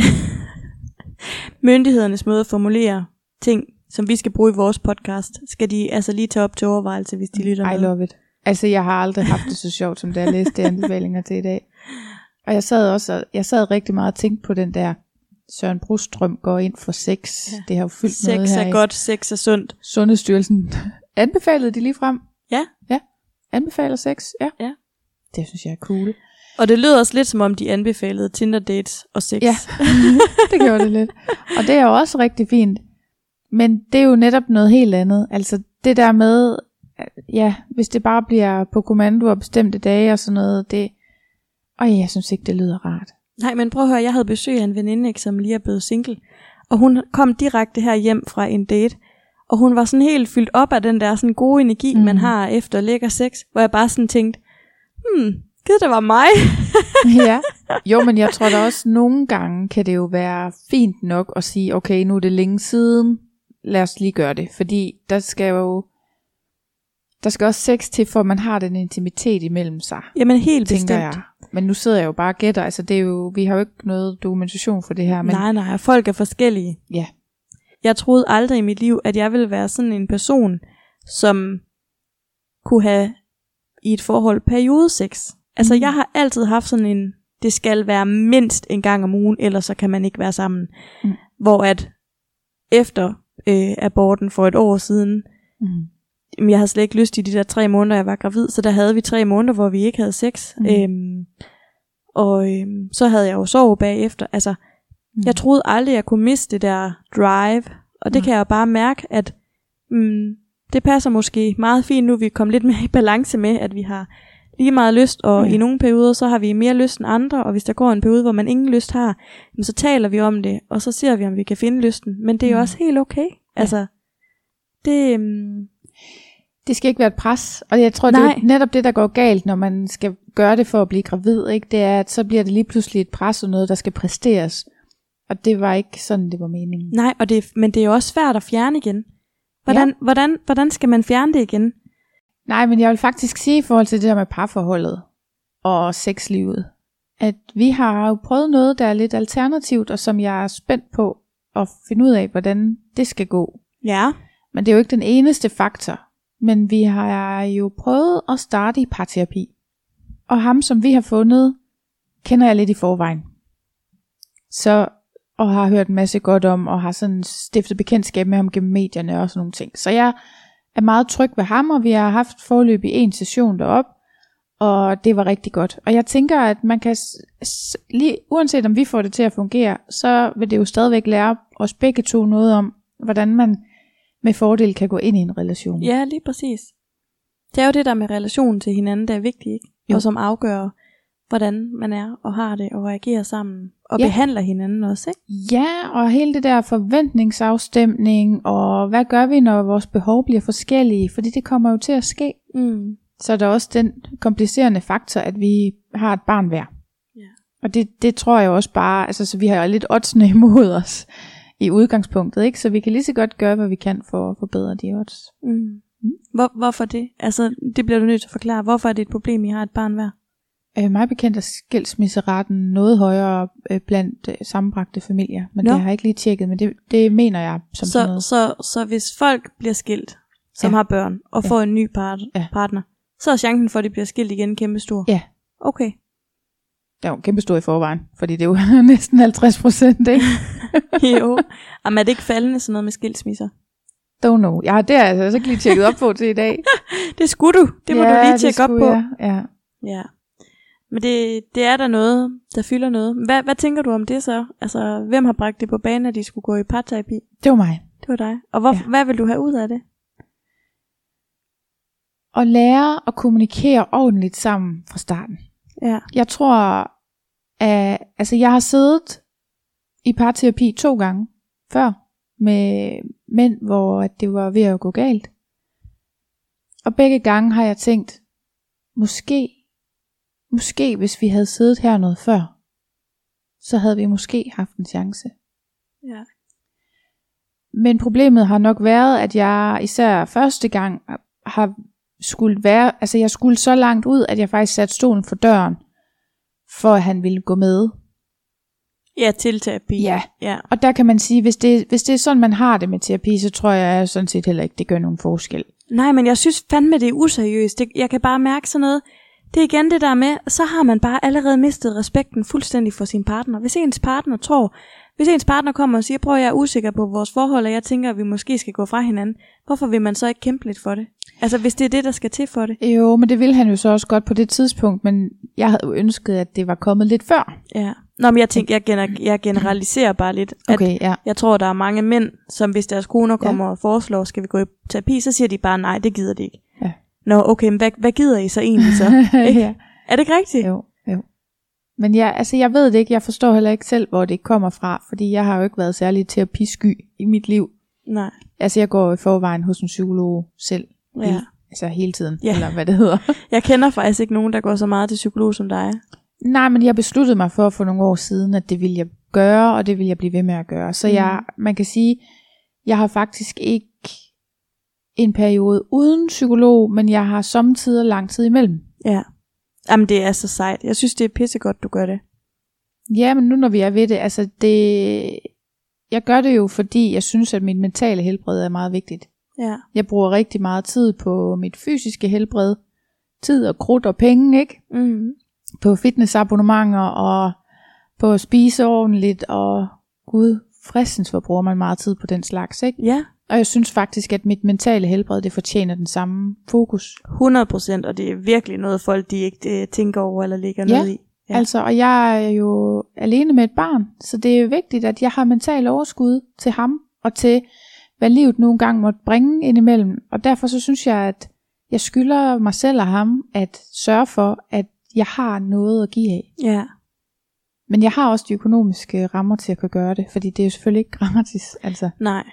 Myndighedernes måde at formulere ting, som vi skal bruge i vores podcast, skal de altså lige tage op til overvejelse, hvis de lytter med. I love it. Altså, jeg har aldrig haft det så sjovt, som da jeg læste de anbefalinger til i dag. Og jeg sad rigtig meget og tænkte på den der, Søren Brostrøm går ind for sex. Ja. Det har jo fyldt sex noget her. Sex er godt, sex er sundt. Sundhedsstyrelsen anbefalede de lige frem. Ja. Ja, anbefaler sex, ja. Det synes jeg er cool. Og det lyder også lidt som om de anbefalede Tinder dates og sex. Ja, det gjorde det lidt. Og det er jo også rigtig fint. Men det er jo netop noget helt andet. Altså det der med, ja, hvis det bare bliver på kommando og bestemte dage og sådan noget, jeg synes ikke, det lyder rart. Nej, men prøv at høre, jeg havde besøg af en veninde, som lige er blevet single, og hun kom direkte her hjem fra en date, og hun var sådan helt fyldt op af den der sådan gode energi, man har efter lækker sex, hvor jeg bare sådan tænkte, gid det var mig. Ja, jo, men jeg tror da også, nogle gange kan det jo være fint nok at sige, okay, nu er det længe siden, lad os lige gøre det, fordi der skal også sex til, for man har den intimitet imellem sig. Jamen helt bestemt. Jeg. Men nu sidder jeg jo bare og gætter, altså det er jo, vi har jo ikke noget dokumentation for det her. Men nej, folk er forskellige. Ja. Jeg troede aldrig i mit liv, at jeg ville være sådan en person, som kunne have i et forhold periodesex. Altså jeg har altid haft sådan en, det skal være mindst en gang om ugen, ellers så kan man ikke være sammen. Hvor at efter aborten for et år siden, jeg havde slet ikke lyst i de der 3 måneder, jeg var gravid, så der havde vi 3 måneder, hvor vi ikke havde sex. Så havde jeg jo sorg bagefter. Altså, jeg troede aldrig, jeg kunne miste det der drive, og det kan jeg jo bare mærke, at det passer måske meget fint nu, vi er kommet lidt mere i balance med, at vi har lige meget lyst, og i nogle perioder, så har vi mere lyst end andre, og hvis der går en periode, hvor man ingen lyst har, så taler vi om det, og så ser vi, om vi kan finde lysten. Men det er jo også helt okay. Altså, det skal ikke være et pres, og jeg tror, det er netop det, der går galt, når man skal gøre det for at blive gravid, ikke? Det er, at så bliver det lige pludselig et pres og noget, der skal præsteres. Og det var ikke sådan, det var meningen. Nej, men det er jo også svært at fjerne igen. Hvordan skal man fjerne det igen? Nej, men jeg vil faktisk sige i forhold til det der med parforholdet og sexlivet, at vi har jo prøvet noget, der er lidt alternativt, og som jeg er spændt på at finde ud af, hvordan det skal gå. Ja. Men det er jo ikke den eneste faktor. Men vi har jo prøvet at starte i parterapi. Og ham, som vi har fundet, kender jeg lidt i forvejen. Og har hørt en masse godt om, og har sådan stiftet bekendtskab med ham gennem medierne og sådan nogle ting. Så jeg er meget tryg ved ham, og vi har haft forløb i en session derop, og det var rigtig godt. Og jeg tænker, at man kan, lige uanset om vi får det til at fungere, så vil det jo stadigvæk lære os begge to noget om, hvordan man med fordel kan gå ind i en relation. Ja, lige præcis. Det er jo det der med relationen til hinanden, der er vigtigt, ikke? Og som afgør, hvordan man er og har det og reagerer sammen og behandler hinanden også, ikke? Ja, og hele det der forventningsafstemning, og hvad gør vi, når vores behov bliver forskellige, fordi det kommer jo til at ske. Så er der også den komplicerende faktor, at vi har et barn hver. Ja. Og det tror jeg også bare, altså så vi har jo lidt oddsene imod os i udgangspunktet, ikke? Så vi kan lige så godt gøre, hvad vi kan for at forbedre de odds. Hvorfor det? Altså, det bliver du nødt til at forklare. Hvorfor er det et problem, I har et barn hver? Mig bekendt er skilsmisseraten noget højere blandt sammenbragte familier, men det har jeg ikke lige tjekket, men det mener jeg som sådan noget. Så hvis folk bliver skilt, som har børn, og får en ny partner, så er chancen for, at de bliver skilt igen kæmpestor? Ja. Okay. Det er jo kæmpestor i forvejen, fordi det er jo næsten 50%, ikke? Jo. Jamen er det ikke faldende sådan noget med skilsmisser? Don't know. Ja, det har jeg altså ikke lige tjekket op på til i dag. Det skulle du. Det må du lige tjekke op på. Ja. Men det er der noget, der fylder noget. Hvad tænker du om det så? Altså, hvem har bragt det på banen, at de skulle gå i parterapi? Det var mig. Det var dig. Og hvad vil du have ud af det? at lære at kommunikere ordentligt sammen fra starten. Ja. Jeg tror, at jeg har siddet i parterapi 2 gange før med mænd, hvor det var ved at gå galt. Og begge gange har jeg tænkt, måske hvis vi havde siddet her noget før, så havde vi måske haft en chance. Ja. Men problemet har nok været, at jeg især første gang jeg skulle så langt ud, at jeg faktisk satte stolen for døren, for at han ville gå med. Ja, til terapi. Ja. Og der kan man sige, hvis det er sådan, man har det med terapi, så tror jeg sådan set heller ikke, det gør nogen forskel. Nej, men jeg synes fandme, det er useriøst. Jeg kan bare mærke sådan noget. Det er igen det der med, så har man bare allerede mistet respekten fuldstændig for sin partner. Hvis ens partner kommer og siger, prøv, jeg er usikker på vores forhold, og jeg tænker, at vi måske skal gå fra hinanden, hvorfor vil man så ikke kæmpe lidt for det? Altså, hvis det er det, der skal til for det. Jo, men det ville han jo så også godt på det tidspunkt, men jeg havde jo ønsket, at det var kommet lidt før. Ja. Nå, men jeg tænker, jeg generaliserer bare lidt. Okay, ja. Jeg tror, der er mange mænd, som hvis deres koner kommer og foreslår, skal vi gå i terapi, så siger de bare, nej, det gider de ikke. Ja. Nå, okay, men hvad gider I så egentlig så? Ja. Er det ikke rigtigt? Jo. Men jeg ved det ikke, jeg forstår heller ikke selv, hvor det kommer fra, fordi jeg har jo ikke været særlig terapisky i mit liv. Nej. Altså jeg går i forvejen hos en psykolog selv, hele tiden, eller hvad det hedder. Jeg kender faktisk ikke nogen, der går så meget til psykolog som dig. Nej, men jeg besluttede mig for nogle år siden, at det ville jeg gøre, og det vil jeg blive ved med at gøre. Så man kan sige, jeg har faktisk ikke en periode uden psykolog, men jeg har sommetider lang tid imellem. Ja. Jamen det er så sejt. Jeg synes det er pissegodt du gør det. Ja, men nu når vi er ved det, altså jeg gør det jo fordi jeg synes at mit mentale helbred er meget vigtigt. Ja. Jeg bruger rigtig meget tid på mit fysiske helbred. Tid og krudt og penge, ikke? Mm. På fitnessabonnementer og på at spise ordentligt og gud, fristens hvor bruger man meget tid på den slags, ikke? Ja. Og jeg synes faktisk, at mit mentale helbred, det fortjener den samme fokus. 100%, og det er virkelig noget, folk de ikke tænker over eller lægger noget i. Ja, altså, og jeg er jo alene med et barn, så det er jo vigtigt, at jeg har mental overskud til ham, og til, hvad livet nogle gange måtte bringe indimellem. Og derfor så synes jeg, at jeg skylder mig selv og ham, at sørge for, at jeg har noget at give af. Ja. Men jeg har også de økonomiske rammer til at kunne gøre det, fordi det er jo selvfølgelig ikke gratis. Altså. Nej.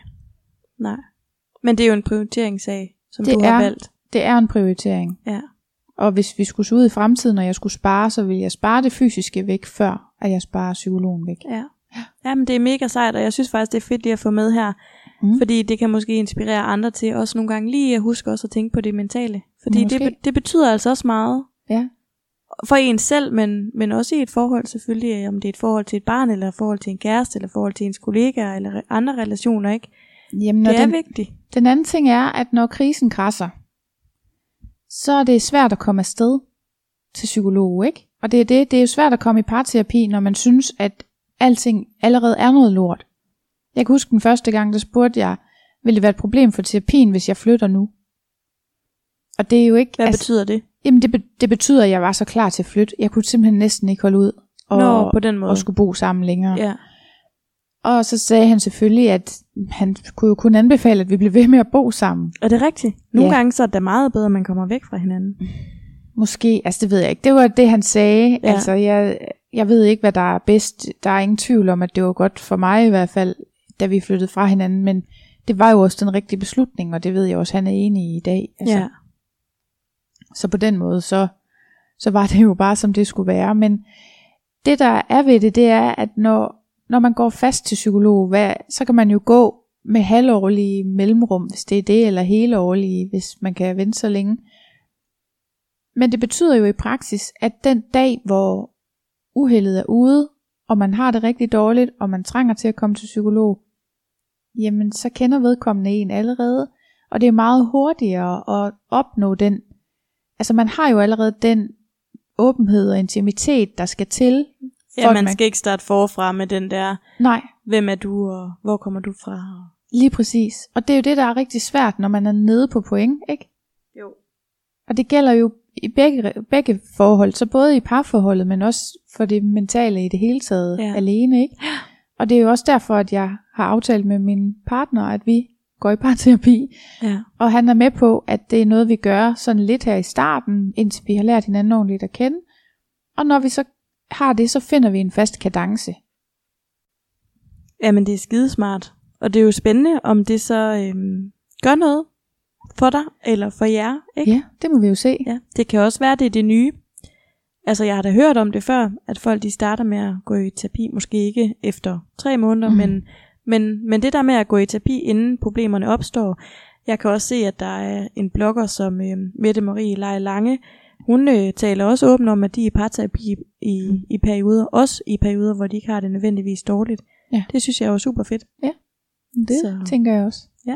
Men det er jo en prioriteringssag, som du har valgt. Det er en prioritering. Ja. Og hvis vi skulle se ud i fremtiden, og jeg skulle spare, så ville jeg spare det fysiske væk, før at jeg sparer psykologen væk. Ja. Jamen det er mega sejt, og jeg synes faktisk, det er fedt lige at få med her. Fordi det kan måske inspirere andre til også nogle gange lige at huske også at tænke på det mentale. Fordi det betyder altså også meget. Ja. For en selv, men også i et forhold selvfølgelig, om det er et forhold til et barn, eller et forhold til en kæreste, eller et forhold til ens kollegaer, eller andre relationer, ikke? Jamen, det er vigtigt. Den anden ting er, at når krisen krasser, så er det svært at komme afsted til psykolog, ikke? Og det er jo svært at komme i parterapi, når man synes, at alting allerede er noget lort. Jeg kan huske den første gang, der spurgte jeg, vil det være et problem for terapien, hvis jeg flytter nu? Og det er jo ikke... Hvad betyder det? Jamen det betyder, at jeg var så klar til at flytte. Jeg kunne simpelthen næsten ikke holde ud på den måde. Og skulle bo sammen længere. Ja. Og så sagde han selvfølgelig, at han kunne jo kun anbefale, at vi blev ved med at bo sammen. Er det rigtigt? Nogle gange så er det meget bedre, at man kommer væk fra hinanden. Måske, altså det ved jeg ikke. Det var det, han sagde. Ja. Altså jeg ved ikke, hvad der er bedst. Der er ingen tvivl om, at det var godt for mig i hvert fald, da vi flyttede fra hinanden. Men det var jo også den rigtige beslutning, og det ved jeg også, han er enig i dag. Altså. Ja. Så på den måde, så var det jo bare, som det skulle være. Men det, der er ved det er, at når man går fast til psykolog, så kan man jo gå med halvårlige mellemrum, hvis det er det, eller helårlige, hvis man kan vente så længe. Men det betyder jo i praksis, at den dag, hvor uheldet er ude, og man har det rigtig dårligt, og man trænger til at komme til psykolog, jamen så kender vedkommende en allerede, og det er meget hurtigere at opnå den. Altså man har jo allerede den åbenhed og intimitet, der skal til. Ja, man skal ikke starte forfra med den der, nej. Hvem er du, og hvor kommer du fra? Lige præcis. Og det er jo det, der er rigtig svært, når man er nede på point, ikke? Jo. Og det gælder jo i begge forhold, så både i parforholdet, men også for det mentale i det hele taget alene, ikke? Og det er jo også derfor, at jeg har aftalt med min partner, at vi går i parterapi. Ja. Og han er med på, at det er noget, vi gør sådan lidt her i starten, indtil vi har lært hinanden ordentligt at kende. Og når vi så har det, så finder vi en fast kadence. Jamen det er skidesmart. Og det er jo spændende, om det så gør noget for dig, eller for jer, ikke? Ja, det må vi jo se. Ja, det kan også være, det er det nye. Altså jeg har da hørt om det før, at folk de starter med at gå i terapi, måske ikke efter 3 måneder, men det der med at gå i terapi, inden problemerne opstår. Jeg kan også se, at der er en blogger som Mette Marie Leje Lange. Hun taler også åbent om, at de er i parterapi i perioder, også i perioder, hvor de ikke har det nødvendigvis dårligt. Ja. Det synes jeg er jo super fedt. Ja, det tænker jeg også. Ja.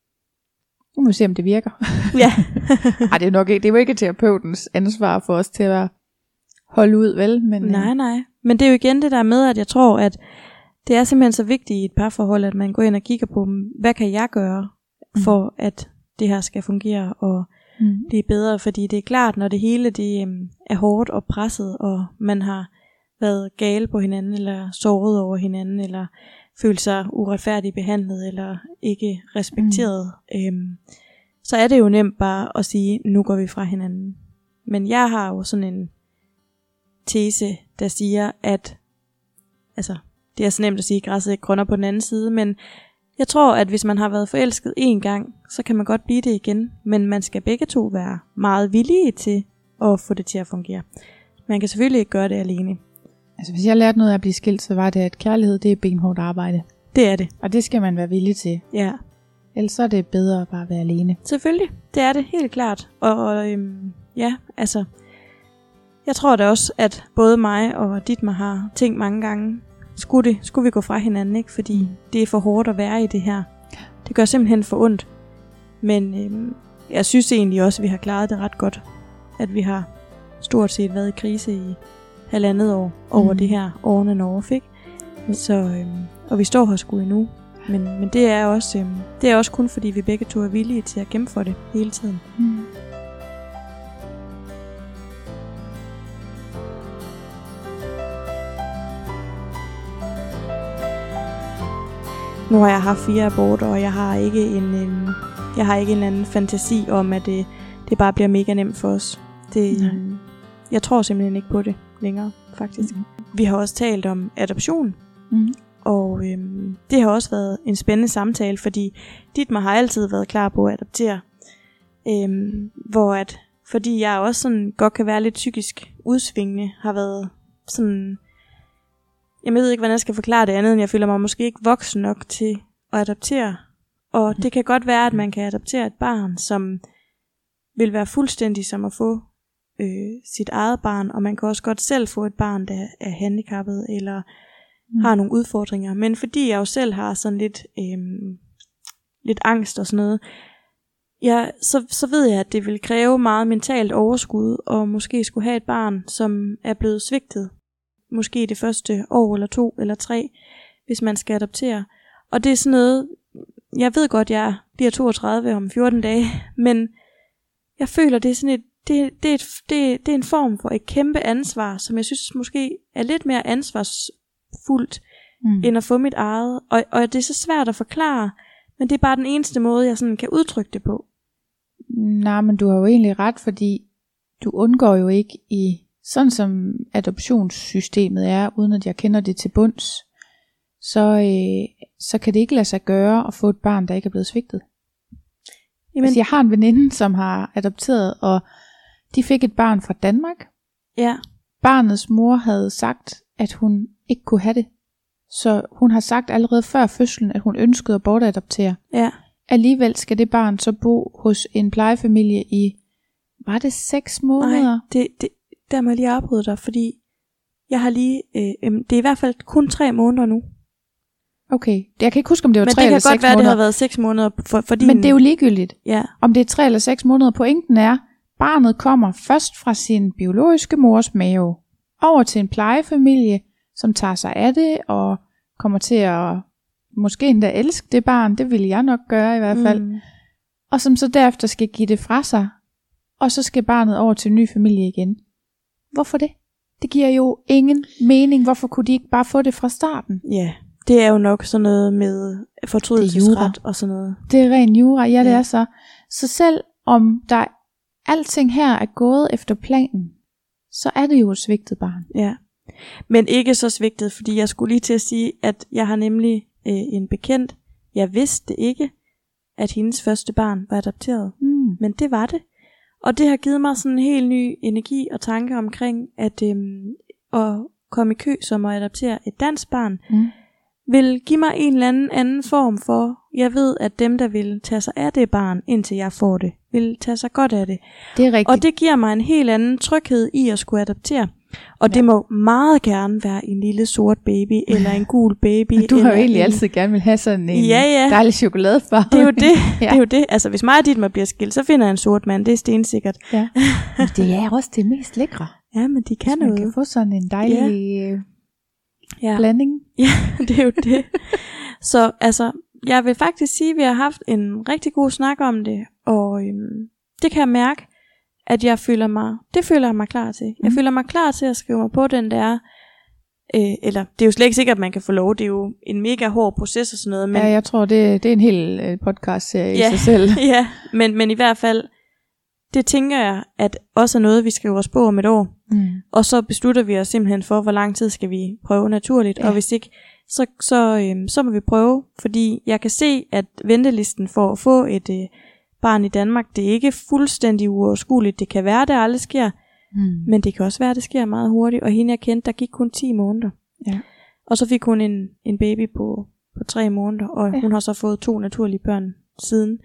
Nu må vi se, om det virker. Ja. Ej, det er nok ikke, det er jo ikke terapeutens ansvar for os til at holde ud, vel? Men, Nej. Men det er jo igen det der med, at jeg tror, at det er simpelthen så vigtigt i et parforhold, at man går ind og kigger på, hvad kan jeg gøre, for at det her skal fungere, og det er bedre, fordi det er klart, når det hele det er hårdt og presset, og man har været gal på hinanden, eller såret over hinanden, eller følt sig uretfærdigt behandlet, eller ikke respekteret, så er det jo nemt bare at sige, nu går vi fra hinanden. Men jeg har jo sådan en tese, der siger, at altså, det er så nemt at sige, at græsset ikke grønner på den anden side, men jeg tror, at hvis man har været forelsket en gang, så kan man godt blive det igen, men man skal begge to være meget villige til at få det til at fungere. Man kan selvfølgelig ikke gøre det alene. Altså hvis jeg lærte noget af at blive skilt, så var det, at kærlighed, det er benhårdt arbejde. Det er det. Og det skal man være villig til. Ja. Ellers så er det bedre at bare være alene. Selvfølgelig, det er det helt klart. Og ja, altså, jeg tror da også, at både mig og Dietmar har tænkt mange gange, skulle vi gå fra hinanden, ikke? Fordi det er for hårdt at være i det her. Det gør simpelthen for ondt. Men jeg synes egentlig også, at vi har klaret det ret godt. At vi har stort set været i krise i 1,5 år over det her årene Norge fik. Så, og vi står her sgu endnu. Men det er også kun fordi vi begge to er villige til at kæmpe for det hele tiden. Nu har jeg haft 4 aborter, og jeg har ikke en eller anden fantasi om, at det bare bliver mega nemt for os. Jeg tror simpelthen ikke på det længere, faktisk. Vi har også talt om adoption, og det har også været en spændende samtale, fordi Dietmar har altid været klar på at adoptere. Fordi jeg også sådan godt kan være lidt psykisk udsvingende, har været sådan... Jeg ved ikke, hvordan jeg skal forklare det andet, end jeg føler mig måske ikke voksen nok til at adoptere. Og det kan godt være, at man kan adoptere et barn, som vil være fuldstændig som at få sit eget barn, og man kan også godt selv få et barn, der er handicappet, eller har nogle udfordringer. Men fordi jeg jo selv har sådan lidt angst og sådan noget, så ved jeg, at det vil kræve meget mentalt overskud, og måske skulle have et barn, som er blevet svigtet. Måske det første år, eller 2, eller 3, hvis man skal adoptere. Og det er sådan noget, jeg ved godt, jeg bliver 32 om 14 dage, men jeg føler, det er sådan det er en form for et kæmpe ansvar, som jeg synes måske er lidt mere ansvarsfuldt, end at få mit eget. Og det er så svært at forklare, men det er bare den eneste måde, jeg sådan kan udtrykke det på. Nej, men du har jo egentlig ret, fordi du undgår jo ikke i, sådan som adoptionssystemet er, uden at jeg kender det til bunds, så kan det ikke lade sig gøre at få et barn, der ikke er blevet svigtet. Jamen, altså, jeg har en veninde, som har adopteret, og de fik et barn fra Danmark. Ja. Barnets mor havde sagt, at hun ikke kunne have det. Så hun har sagt allerede før fødslen, at hun ønskede at bortadoptere. Ja. Alligevel skal det barn så bo hos en plejefamilie i, var det 6 måneder? Nej, der må jeg lige afbryde dig, fordi jeg har lige, det er i hvert fald kun 3 måneder nu. Okay, jeg kan ikke huske, om det var 3 eller 6 måneder. Men det kan godt være, det har været 6 måneder for din... Men det er jo ligegyldigt, ja. Om det er 3 eller 6 måneder. Pointen er, barnet kommer først fra sin biologiske mors mave, over til en plejefamilie, som tager sig af det, og kommer til at måske endda elske det barn, det vil jeg nok gøre i hvert fald, og som så derefter skal give det fra sig, og så skal barnet over til en ny familie igen. Hvorfor det? Det giver jo ingen mening. Hvorfor kunne de ikke bare få det fra starten? Ja, Det er jo nok sådan noget med fortrydelsesret og sådan noget. Det er ren jura, ja det er så. Så selv om der alting her er gået efter planen, så er det jo et svigtet barn. Ja, men ikke så svigtet, fordi jeg skulle lige til at sige, at jeg har nemlig en bekendt, jeg vidste ikke, at hendes første barn var adopteret. Men det var det. Og det har givet mig sådan en helt ny energi og tanke omkring, at komme i kø som at adoptere et dansk barn, vil give mig en eller anden form for, jeg ved, at dem, der vil tage sig af det barn, indtil jeg får det, vil tage sig godt af det. Det er rigtigt. Og det giver mig en helt anden tryghed i at skulle adoptere. Og det må meget gerne være en lille sort baby, eller en gul baby. Men du har jo egentlig altid gerne vil have sådan en dejlig chokoladefarve. Det er jo det. Det er jo det. Altså hvis mig og dit må blive skilt, så finder jeg en sort mand. Det er stensikkert. Ja. Men det er også det mest lækre. Ja, men de kan noget. Man kan få sådan en dejlig blanding. Ja, det er jo det. Så altså, jeg vil faktisk sige, at vi har haft en rigtig god snak om det. Og det kan jeg mærke, at jeg føler mig klar til. Jeg føler mig klar til at skrive mig på den der, eller det er jo slet ikke sikkert, at man kan få lov. Det er jo en mega hård proces og sådan noget. Men, ja, jeg tror, det er en hel podcast-serie i sig selv. Ja, men i hvert fald, det tænker jeg, at også er noget, vi skriver os på om et år. Og så beslutter vi os simpelthen for, hvor lang tid skal vi prøve naturligt. Og hvis ikke, så må vi prøve. Fordi jeg kan se, at ventelisten for at få et barn i Danmark, det er ikke fuldstændig uoverskueligt. Det kan være, det aldrig sker, men det kan også være, det sker meget hurtigt. Og hende jeg kendte, der gik kun 10 måneder. Ja. Og så fik hun en baby på 3 måneder, og hun har så fået 2 naturlige børn siden.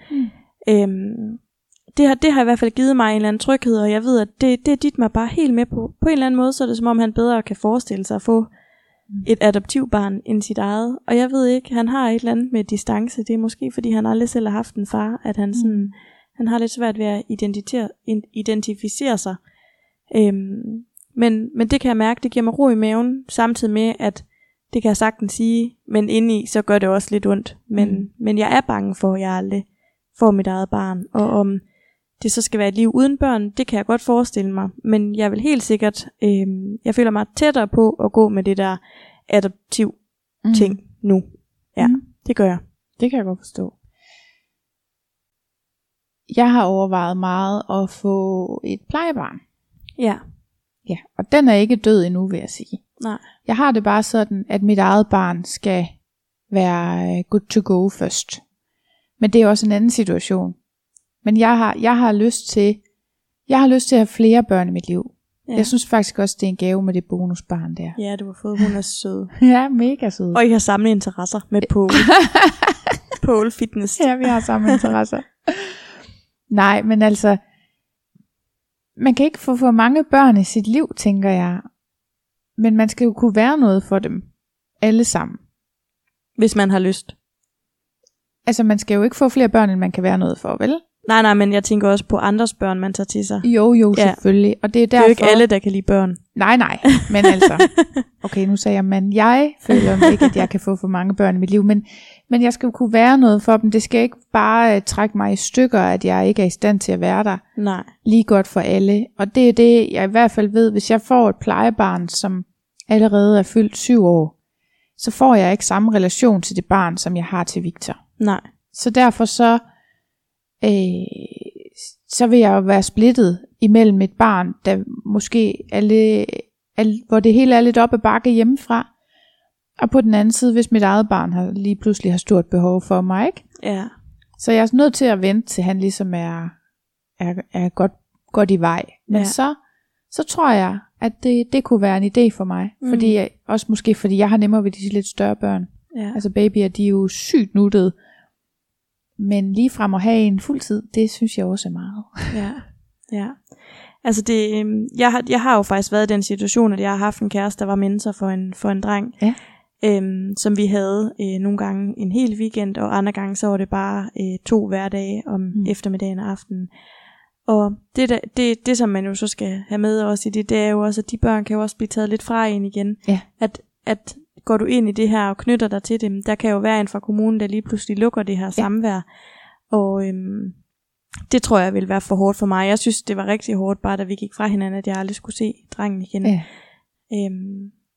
Det har i hvert fald givet mig en eller anden tryghed, og jeg ved, at det dit mig bare helt med på. På en eller anden måde, så er det som om, han bedre kan forestille sig at få et adoptivbarn end sit eget. Og jeg ved ikke, han har et eller andet med distance. Det er måske, fordi han aldrig selv har haft en far, at han sådan, han har lidt svært ved at identificere sig. Men det kan jeg mærke, det giver mig ro i maven, samtidig med, at det kan jeg sagtens sige, men indeni, så gør det også lidt ondt. Men jeg er bange for, at jeg aldrig får mit eget barn. Og om det så skal være et liv uden børn, det kan jeg godt forestille mig. Men jeg vil helt sikkert, jeg føler mig tættere på at gå med det der adoptiv ting nu. Ja, det gør jeg. Det kan jeg godt forstå. Jeg har overvejet meget at få et plejebarn. Ja. Ja, og den er ikke død endnu, vil jeg sige. Nej. Jeg har det bare sådan, at mit eget barn skal være good to go først. Men det er også en anden situation. Men jeg har lyst til at have flere børn i mit liv. Ja. Jeg synes faktisk også, det er en gave med det bonusbarn der. Ja, du har fået, hun er sød. Ja, mega sød. Og I har samme interesser med pole. Pole fitness. Ja, vi har samme interesser. Nej, men altså, man kan ikke få for mange børn i sit liv, tænker jeg. Men man skal jo kunne være noget for dem. Alle sammen. Hvis man har lyst. Altså, man skal jo ikke få flere børn, end man kan være noget for, vel? Nej, men jeg tænker også på andres børn, man tager til sig. Jo, selvfølgelig. Og det er derfor... Det er jo ikke alle, der kan lide børn. Nej, men altså... Okay, nu sagde jeg, men jeg føler ikke, at jeg kan få for mange børn i mit liv. Men jeg skal jo kunne være noget for dem. Det skal ikke bare trække mig i stykker, at jeg ikke er i stand til at være der. Nej. Lige godt for alle. Og det er det, jeg i hvert fald ved. Hvis jeg får et plejebarn, som allerede er fyldt 7 år, så får jeg ikke samme relation til det barn, som jeg har til Victor. Nej. Så derfor så vil jeg jo være splittet imellem et barn, der måske hvor det hele er lidt op ad bakke hjemmefra, og på den anden side, hvis mit eget barn lige pludselig har stort behov for mig, ikke? Ja. Så jeg er nødt til at vente til han ligesom er godt i vej. Men så tror jeg, at det kunne være en idé for mig, fordi også måske fordi jeg har nemmere ved de lidt større børn. Ja. Altså babyer, de er jo sygt nuttede. Men lige frem at have en fuldtid, det synes jeg også er meget. Ja. Altså jeg har jo faktisk været i den situation, at jeg har haft en kæreste, der var mentor for en dreng. Ja. Som vi havde nogle gange en hel weekend, og andre gange så var det bare 2 hverdage om eftermiddagen og aftenen. Og det som man jo så skal have med også i det er jo også, at de børn kan jo også blive taget lidt fra en igen. Ja. At går du ind i det her og knytter dig til dem, der kan jo være en fra kommunen, der lige pludselig lukker det her samvær. Og det tror jeg vil være for hårdt for mig. Jeg synes, det var rigtig hårdt, bare da vi gik fra hinanden, at jeg aldrig skulle se drengen igen. Ja.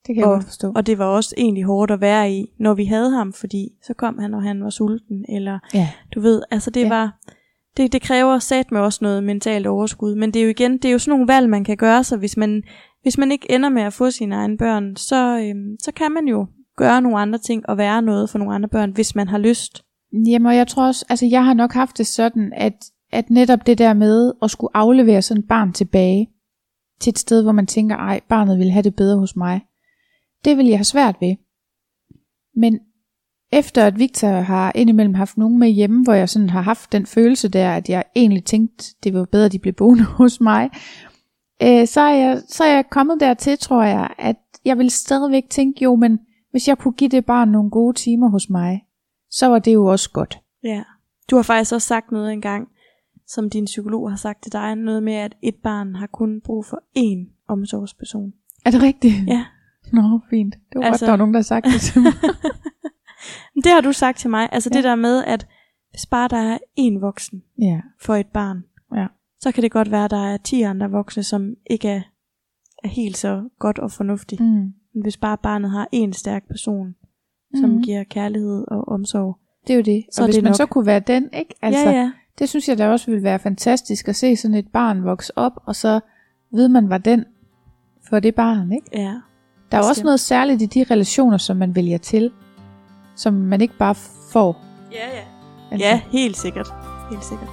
Det kan jeg godt forstå. Og det var også egentlig hårdt at være i, når vi havde ham, fordi så kom han, og han var sulten, eller du ved, altså det var, det kræver satme også noget mentalt overskud, men det er jo igen, det er jo sådan nogle valg, man kan gøre sig, hvis man ikke ender med at få sine egne børn, så kan man jo gøre nogle andre ting, og være noget for nogle andre børn, hvis man har lyst. Jamen, og jeg tror også, altså jeg har nok haft det sådan, at netop det der med at skulle aflevere sådan et barn tilbage, til et sted, hvor man tænker, ej, barnet vil have det bedre hos mig, det vil jeg have svært ved. Men efter at Victor har indimellem haft nogen med hjemme, hvor jeg sådan har haft den følelse der, at jeg egentlig tænkte, det var bedre, at de blev boende hos mig, så er jeg kommet dertil, tror jeg, at jeg vil stadigvæk tænke, jo, men hvis jeg kunne give det barn nogle gode timer hos mig, så var det jo også godt. Ja, du har faktisk også sagt noget engang, som din psykolog har sagt til dig, noget med, at et barn har kun brug for én omsorgsperson. Er det rigtigt? Ja. Nå, fint. Det var godt, der var nogen, der har sagt det til mig. Det har du sagt til mig. Altså det der med, at hvis bare der er én voksen for et barn, så kan det godt være, at der er 10 andre voksne, som ikke er helt så godt og fornuftigt. Men hvis bare barnet har én stærk person, som giver kærlighed og omsorg. Det er jo det. Så og hvis det man nok så kunne være den, ikke? Altså, det synes jeg da også ville være fantastisk at se sådan et barn vokse op, og så ved man, var den for det barn, ikke? Ja. Der er jo også noget særligt i de relationer, som man vælger til, som man ikke bare får. Ja. Altså. Ja, helt sikkert. Helt sikkert.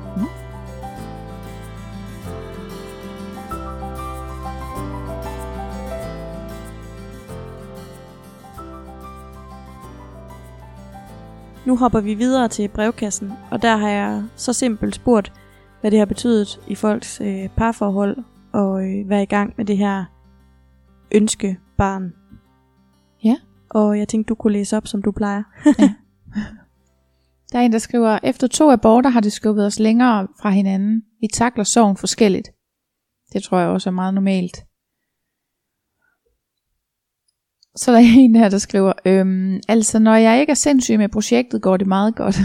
Nu hopper vi videre til brevkassen, og der har jeg så simpelt spurgt, hvad det har betydet i folks parforhold, og være i gang med det her ønskebarn. Ja. Og jeg tænkte, du kunne læse op, som du plejer. Ja. Der er en, der skriver, efter 2 aborter har det skubbet os længere fra hinanden. Vi takler sorgen forskelligt. Det tror jeg også er meget normalt. Så der er en her, der skriver, altså når jeg ikke er sindssyg med projektet, går det meget godt.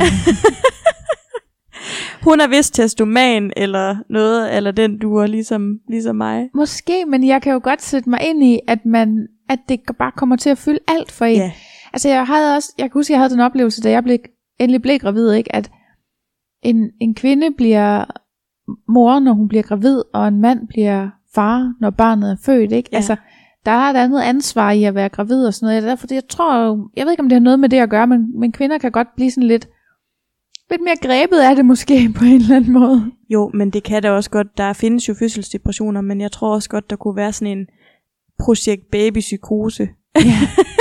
Hun er vist testoman eller noget, eller den duer ligesom mig. Måske, men jeg kan jo godt sætte mig ind i, at det bare kommer til at fylde alt for en. Yeah. Altså jeg kan huske, jeg havde den oplevelse, da jeg endelig blev gravid, ikke, at en kvinde bliver mor, når hun bliver gravid, og en mand bliver far, når barnet er født, ikke? Yeah. Altså der er et andet ansvar i at være gravid og sådan noget. Derfor jeg ved ikke, om det har noget med det at gøre, men kvinder kan godt blive sådan lidt mere grebet af det måske på en eller anden måde. Jo, men det kan da også godt. Der findes jo fødselsdepressioner, men jeg tror også godt, der kunne være sådan en projekt baby-psykose. Ja.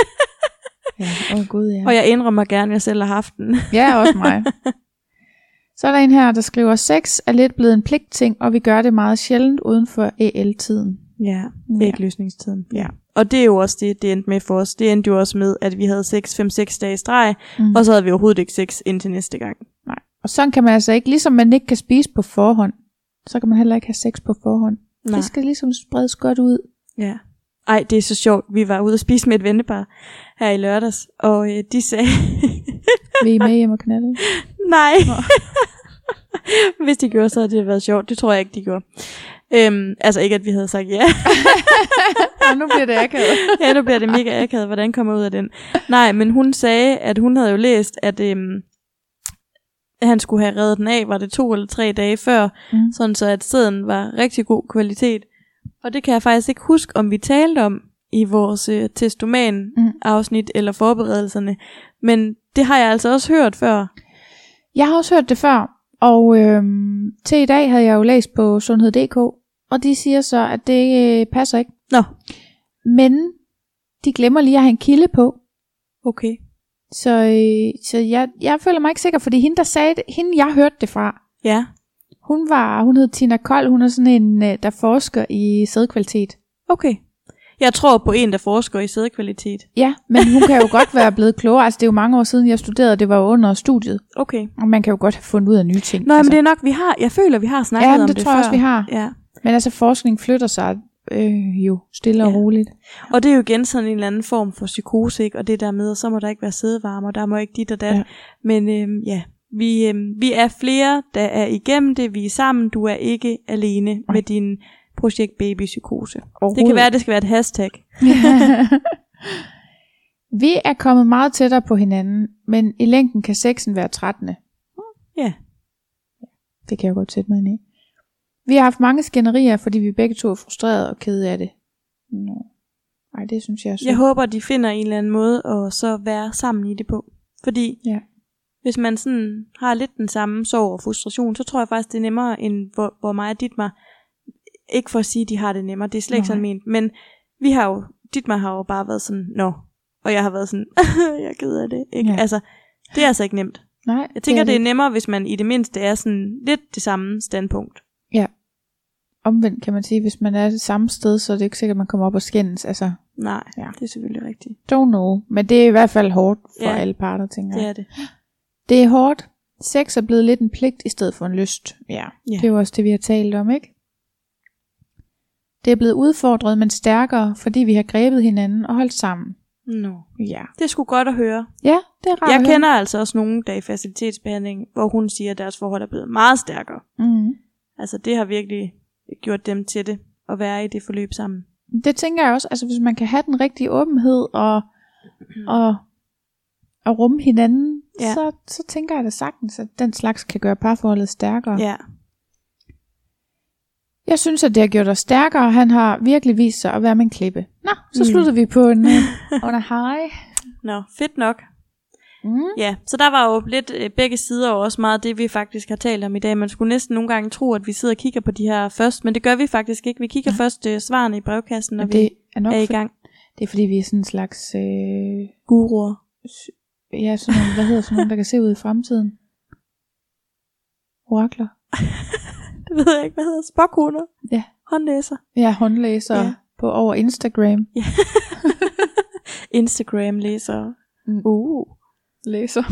Gud, ja. Og jeg indrømmer gerne, at jeg selv har haft den. Ja, også mig. Så er der en her, der skriver, sex er lidt blevet en pligtting, og vi gør det meget sjældent uden for EL-tiden. Ja, ægløsningstiden. Ja. Og det er jo også det endte med for os. Det endte jo også med, at vi havde 5-6 dage i streg, og så havde vi overhovedet ikke sex indtil næste gang. Nej. Og sådan kan man altså ikke, ligesom man ikke kan spise på forhånd, så kan man heller ikke have sex på forhånd. Nej. Det skal ligesom spredes godt ud. Ja. Ej, det er så sjovt. Vi var ude at spise med et vennepar her i lørdags, og de sagde... Vil I med hjem og knalde? Nej. Hvis de gjorde, så havde det været sjovt. Det tror jeg ikke, de gjorde. Altså ikke, at vi havde sagt ja. Og nu bliver det akavet. Ja, nu bliver det mega akavet. Hvordan kommer ud af den? Nej, men hun sagde, at hun havde jo læst, at han skulle have reddet den af, var det 2 eller 3 dage før, sådan så at sæden var rigtig god kvalitet. Og det kan jeg faktisk ikke huske, om vi talte om i vores testoman-afsnit eller forberedelserne. Men det har jeg altså også hørt før. Jeg har også hørt det før, og til i dag havde jeg jo læst på sundhed.dk, og de siger så, at det passer ikke. Nå. Men de glemmer lige at have en kilde på. Okay. Så jeg føler mig ikke sikker, fordi hende, der sagde det, hende jeg hørte det fra, ja. Hun hed Tina Kold, hun er sådan en, der forsker i sædkvalitet. Okay. Jeg tror på en, der forsker i sædkvalitet. Ja, men hun kan jo godt være blevet klogere. Altså det er jo mange år siden, jeg studerede, det var jo under studiet. Okay. Og man kan jo godt have fundet ud af nye ting. Nå, men det er nok, jeg føler, vi har snakket om det før. Ja, det tror jeg også, vi har. Ja. Men altså forskning flytter sig jo stille og roligt. Og det er jo igen sådan en eller anden form for psykose, ikke? Og det der med, så må der ikke være sædevarme, og der må ikke dit og dat. Ja. Men vi er flere, der er igennem det, vi er sammen. Du er ikke alene med dine projekt babypsykose. Det kan være, at det skal være et hashtag. Vi er kommet meget tættere på hinanden, men i længden kan sexen være trættende. Ja. Det kan jeg godt sætte mig ind i. Vi har haft mange skænderier, fordi vi begge to er frustrerede og kede af det. Nej, det synes jeg er synd. Jeg håber, de finder en eller anden måde at så være sammen i det på. Fordi hvis man sådan har lidt den samme sorg og frustration, så tror jeg faktisk, det er nemmere, end hvor mig og Dietmar, ikke for at sige, at de har det nemmere, det er slet ikke sådan ment, men vi har jo, Dietmar har jo bare været sådan, og jeg har været sådan, jeg er ked af det, ikke? Ja. Altså, det er altså ikke nemt. Nej, jeg tænker, det er nemmere, hvis man i det mindste er sådan lidt det samme standpunkt. Ja. Omvendt kan man sige, hvis man er det samme sted, så er det ikke sikkert, at man kommer op og skændes. Altså, nej, det er selvfølgelig rigtigt. Don't know, men det er i hvert fald hårdt for alle parter, tænker jeg. Det er det. Det er hårdt. Sex er blevet lidt en pligt i stedet for en lyst. Ja. Det er jo også det, vi har talt om, ikke? Det er blevet udfordret, men stærkere, fordi vi har grebet hinanden og holdt sammen. Ja. Det er sgu godt at høre. Ja, det er rart. Jeg kender altså også nogen, der i facilitetsbehandling, hvor hun siger, at deres forhold er blevet meget stærkere. Altså det har virkelig gjort dem til det, at være i det forløb sammen. Det tænker jeg også, altså hvis man kan have den rigtige åbenhed og rumme hinanden, så tænker jeg da sagtens, at den slags kan gøre parforholdet stærkere. Ja. Jeg synes, at det har gjort os stærkere. Han har virkelig vist sig at være med en klippe. Så slutter vi på en under high. Fedt nok. Ja, så der var jo lidt begge sider, og også meget det, vi faktisk har talt om i dag. Man skulle næsten nogle gange tro, at vi sidder og kigger på de her først, men det gør vi faktisk ikke. Vi kigger først svarene i brevkassen, når vi er i gang. Det er fordi, vi er sådan en slags guruer. Ja, sådan nogle, hvad hedder sådan nogle, der kan se ud i fremtiden? Orakler. Det ved jeg ikke, hvad hedder spåkoner? Ja. Håndlæser. Ja, håndlæser på over Instagram. Ja. Instagram-læser. Læser.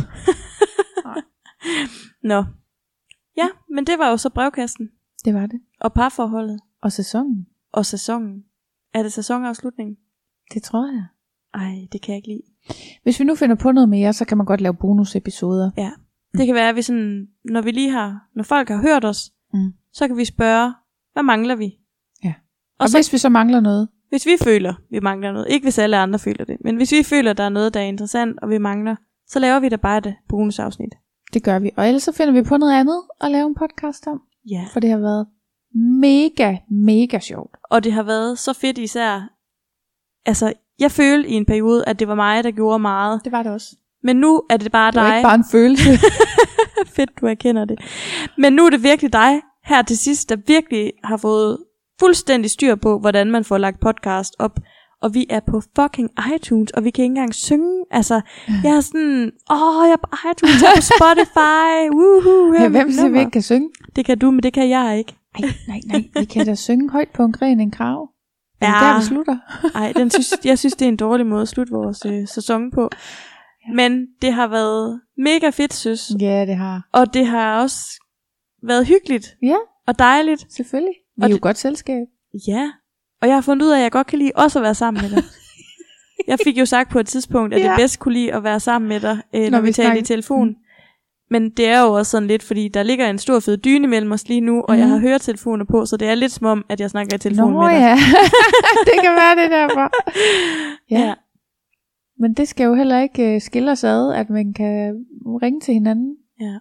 Ja, men det var jo så brevkassen. Det var det. Og parforholdet. Og sæsonen. Er det sæsonafslutningen? Det tror jeg. Ej, det kan jeg ikke lide. Hvis vi nu finder på noget mere, så kan man godt lave bonusepisoder. Ja. Det kan være, at vi sådan, når folk har hørt os, så kan vi spørge, hvad mangler vi? Ja. Og hvis vi så mangler noget? Hvis vi føler, vi mangler noget. Ikke hvis alle andre føler det. Men hvis vi føler, der er noget, der er interessant, og vi mangler, så laver vi da bare det bonusafsnit. Det gør vi. Og ellers så finder vi på noget andet at lave en podcast om. Ja. For det har været mega, mega sjovt. Og det har været så fedt især. Altså, jeg følte i en periode, at det var mig, der gjorde meget. Det var det også. Men nu er det bare dig. Det var ikke bare en følelse. Fedt, du erkender det. Men nu er det virkelig dig, her til sidst, der virkelig har fået fuldstændig styr på, hvordan man får lagt podcast op. Og vi er på fucking iTunes, og vi kan ikke engang synge. Altså, jeg er sådan, jeg er på iTunes, jeg er på Spotify. Hey, hvem siger, vi ikke kan synge? Det kan du, men det kan jeg ikke. Nej, vi kan da synge højt på en gren en krav. Er det der, vi slutter? Nej, jeg synes, det er en dårlig måde at slutte vores sæson på. Ja. Men det har været mega fedt, synes. Ja, det har. Og det har også været hyggeligt. Ja. Og dejligt. Selvfølgelig. Vi er jo godt selskab. Ja. Og jeg har fundet ud af, at jeg godt kan lide også at være sammen med dig. Jeg fik jo sagt på et tidspunkt, at jeg bedst kunne lide at være sammen med dig, når vi taler i telefon. Men det er jo også sådan lidt, fordi der ligger en stor fed dyne mellem os lige nu, og jeg har høretelefoner på, så det er lidt som om, at jeg snakker i telefon med dig. Ja, det kan være det derfor. Ja. Men det skal jo heller ikke skille os ad, at man kan ringe til hinanden. Ja.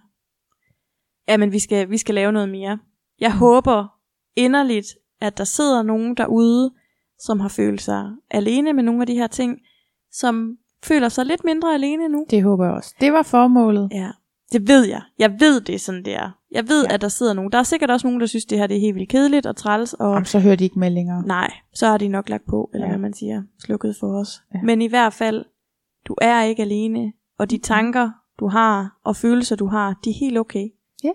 Ja, men vi skal lave noget mere. Jeg håber inderligt, at der sidder nogen derude, som har følt sig alene med nogle af de her ting, som føler sig lidt mindre alene nu. Det håber jeg også. Det var formålet. Ja, det ved jeg. Jeg ved det sådan der. Jeg ved, at der sidder nogen. Der er sikkert også nogen, der synes, det her det er helt vildt kedeligt og træls. Og så hører de ikke meldinger. Nej, så har de nok lagt på, eller hvad man siger, slukket for os. Ja. Men i hvert fald, du er ikke alene, og de tanker, du har, og følelser, du har, de er helt okay. Ja.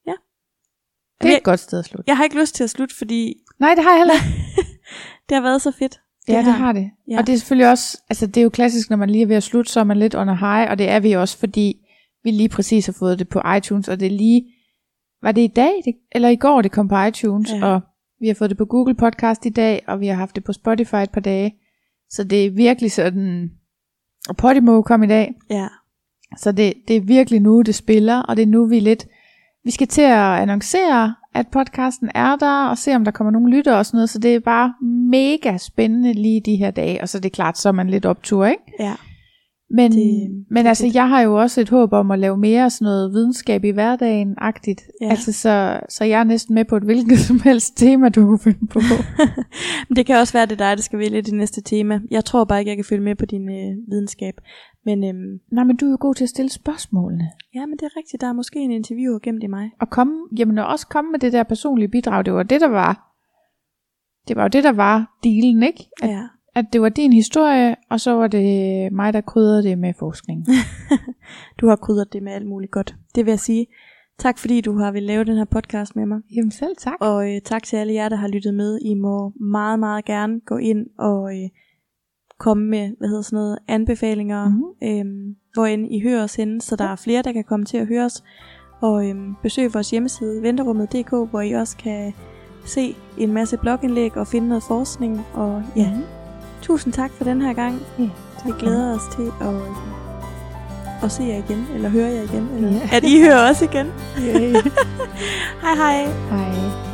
Det er et godt sted at slutte. Jeg har ikke lyst til at slutte, fordi... Nej, det har jeg heller ikke. Det har været så fedt. Det har det. Ja. Og det er selvfølgelig også, altså det er jo klassisk, når man lige er ved at slutte, så er man lidt under high, og det er vi også, fordi vi lige præcis har fået det på iTunes, og det er lige, var det i dag, eller i går, det kom på iTunes, og vi har fået det på Google Podcast i dag, og vi har haft det på Spotify et par dage, så det er virkelig sådan, og Podimo kom i dag, så det er virkelig nu, det spiller, og det er nu, vi skal til at annoncere, at podcasten er der, og se om der kommer nogle lyttere og sådan noget, så det er bare mega spændende lige de her dage, og så er det klart, så er man lidt optur, ikke? Ja. Men altså, jeg har jo også et håb om at lave mere sådan noget videnskab i hverdagen-agtigt. Ja. Altså, så jeg er næsten med på et hvilket som helst tema, du kunne finde på. Det kan også være, det er dig, der skal vælge det næste tema. Jeg tror bare ikke, jeg kan følge med på din videnskab. Men, Nej, men du er jo god til at stille spørgsmålene. ja, men det er rigtigt. Der er måske en interviewer gemt i mig. Og også komme med det der personlige bidrag. Det var det, der var. Det var jo det, der var dealen, ikke? At det var din historie, og så var det mig, der krydrede det med forskning. Du har krydret det med alt muligt godt. Det vil jeg sige. Tak fordi du har vil lave den her podcast med mig. Jamen selv tak. Og tak til alle jer, der har lyttet med. I må meget, meget gerne gå ind og komme med anbefalinger, hvorend I hører os henne, så der er flere, der kan komme til at høre os. Og besøg vores hjemmeside, venterummet.dk, hvor I også kan se en masse blogindlæg og finde noget forskning. Og ja, tusind tak for den her gang. Ja, vi glæder os til at se jer igen, eller høre jer igen, eller at I hører os igen. Yeah. Hej hej. Hej.